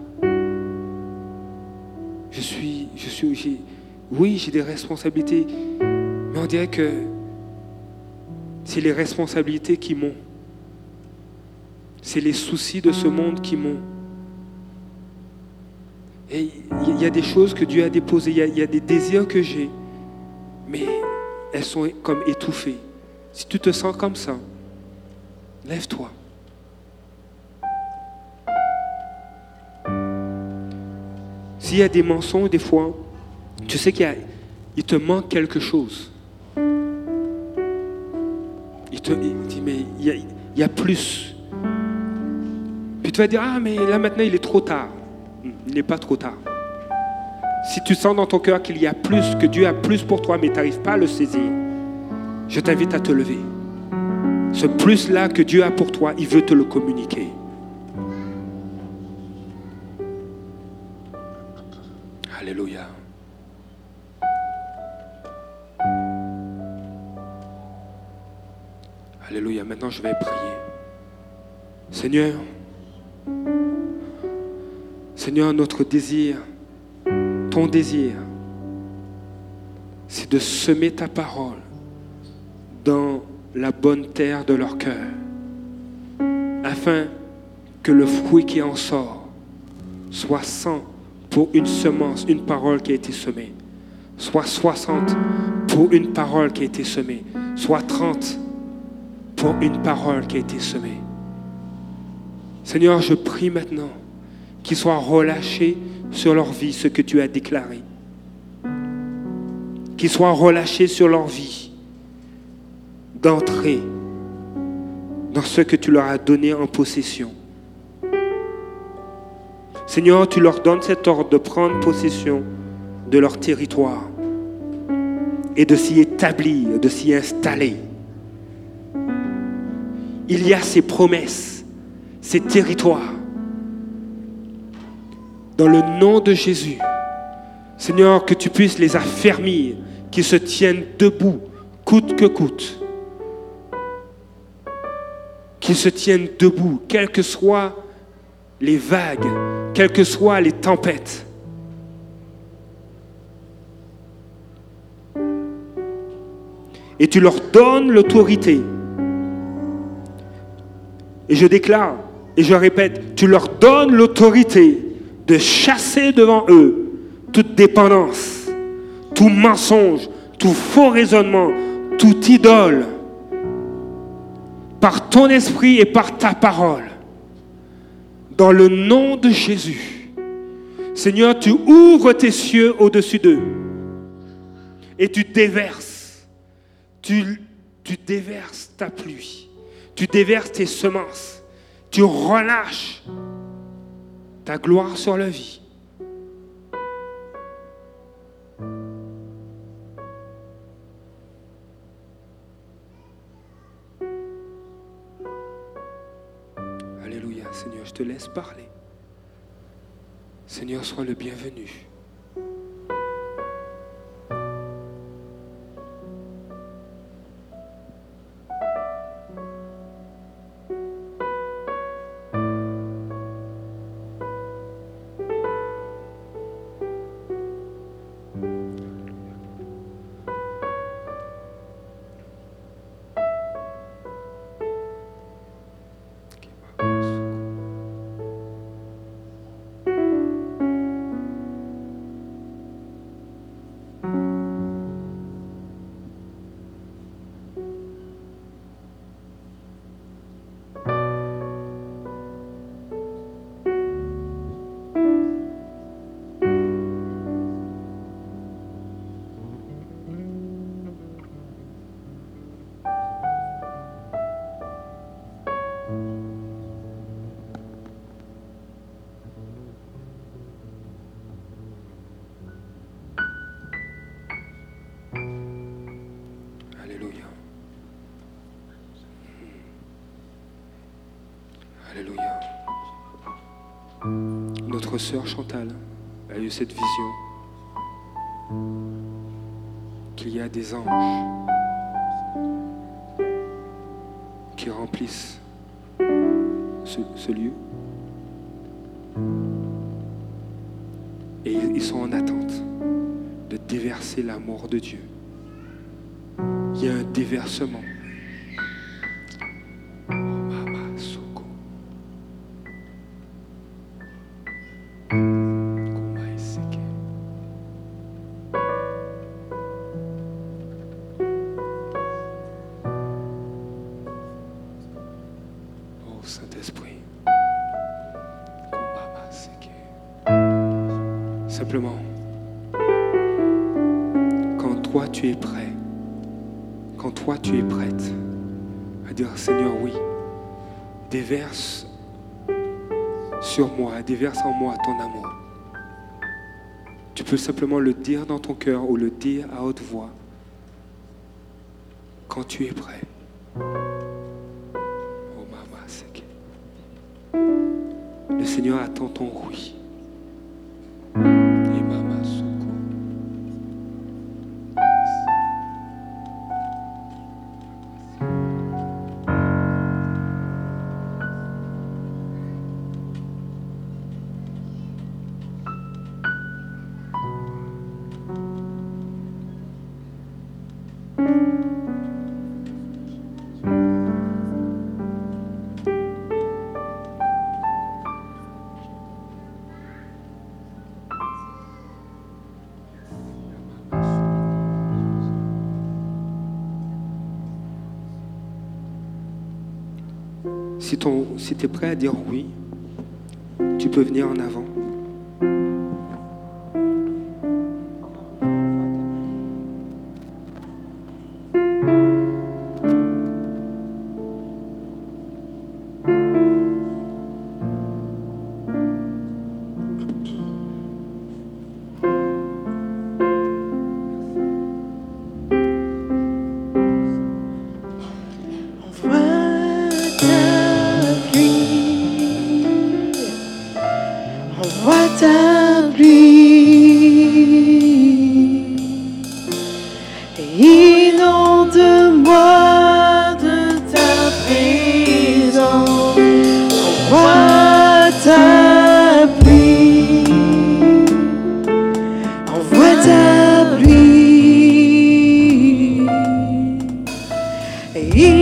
Oui, j'ai des responsabilités, mais on dirait que c'est les responsabilités qui m'ont. C'est les soucis de ce monde qui m'ont. Et il y a des choses que Dieu a déposées, il y a des désirs que j'ai, mais elles sont comme étouffées. Si tu te sens comme ça, lève-toi. S'il y a des mensonges, des fois, tu sais qu'il te manque quelque chose. Il dit, mais il y a plus. Puis tu vas dire, ah, mais là maintenant, il est trop tard. Il n'est pas trop tard. Si tu sens dans ton cœur qu'il y a plus, que Dieu a plus pour toi, mais tu n'arrives pas à le saisir, je t'invite à te lever. Ce plus-là que Dieu a pour toi, il veut te le communiquer. Alléluia. Alléluia. Maintenant, je vais prier. Seigneur, notre désir, ton désir, c'est de semer ta parole dans la bonne terre de leur cœur, afin que le fruit qui en sort soit 100 pour une semence, une parole qui a été semée, soit 60 pour une parole qui a été semée, soit 30 pour une parole qui a été semée. Seigneur, je prie maintenant qu'il soit relâché sur leur vie ce que tu as déclaré. Qu'il soit relâché sur leur vie d'entrer dans ce que tu leur as donné en possession. Seigneur, tu leur donnes cet ordre de prendre possession de leur territoire et de s'y établir, de s'y installer. Il y a ces promesses, ces territoires. Dans le nom de Jésus, Seigneur, que tu puisses les affermir, qu'ils se tiennent debout, coûte que coûte. Qu'ils se tiennent debout, quelles que soient les vagues, quelles que soient les tempêtes. Et tu leur donnes l'autorité. Et je déclare, et je répète, tu leur donnes l'autorité de chasser devant eux toute dépendance, tout mensonge, tout faux raisonnement, toute idole, par ton esprit et par ta parole. Dans le nom de Jésus, Seigneur, tu ouvres tes cieux au-dessus d'eux et tu déverses, tu déverses ta pluie, tu déverses tes semences, tu relâches ta gloire sur la vie. je te laisse parler. Seigneur, sois le bienvenu. Alléluia. Alléluia. Notre sœur Chantal a eu cette vision qu'il y a des anges qui remplissent ce lieu et ils sont en attente de déverser l'amour de Dieu. Il y a un déversement. Oh Saint-Esprit. Simplement, quand toi tu es prêt, quand toi tu es prête à dire Seigneur oui, déverse sur moi, déverse en moi ton amour. Tu peux simplement le dire dans ton cœur ou le dire à haute voix quand tu es prêt. Oh Mama Seke. Le Seigneur attend ton oui. Et Mama Soko. Si tu es prêt à dire oui, tu peux venir en avant. Envoie ta pluie et inonde-moi de ta présence. Envoie ta pluie, envoie ta pluie.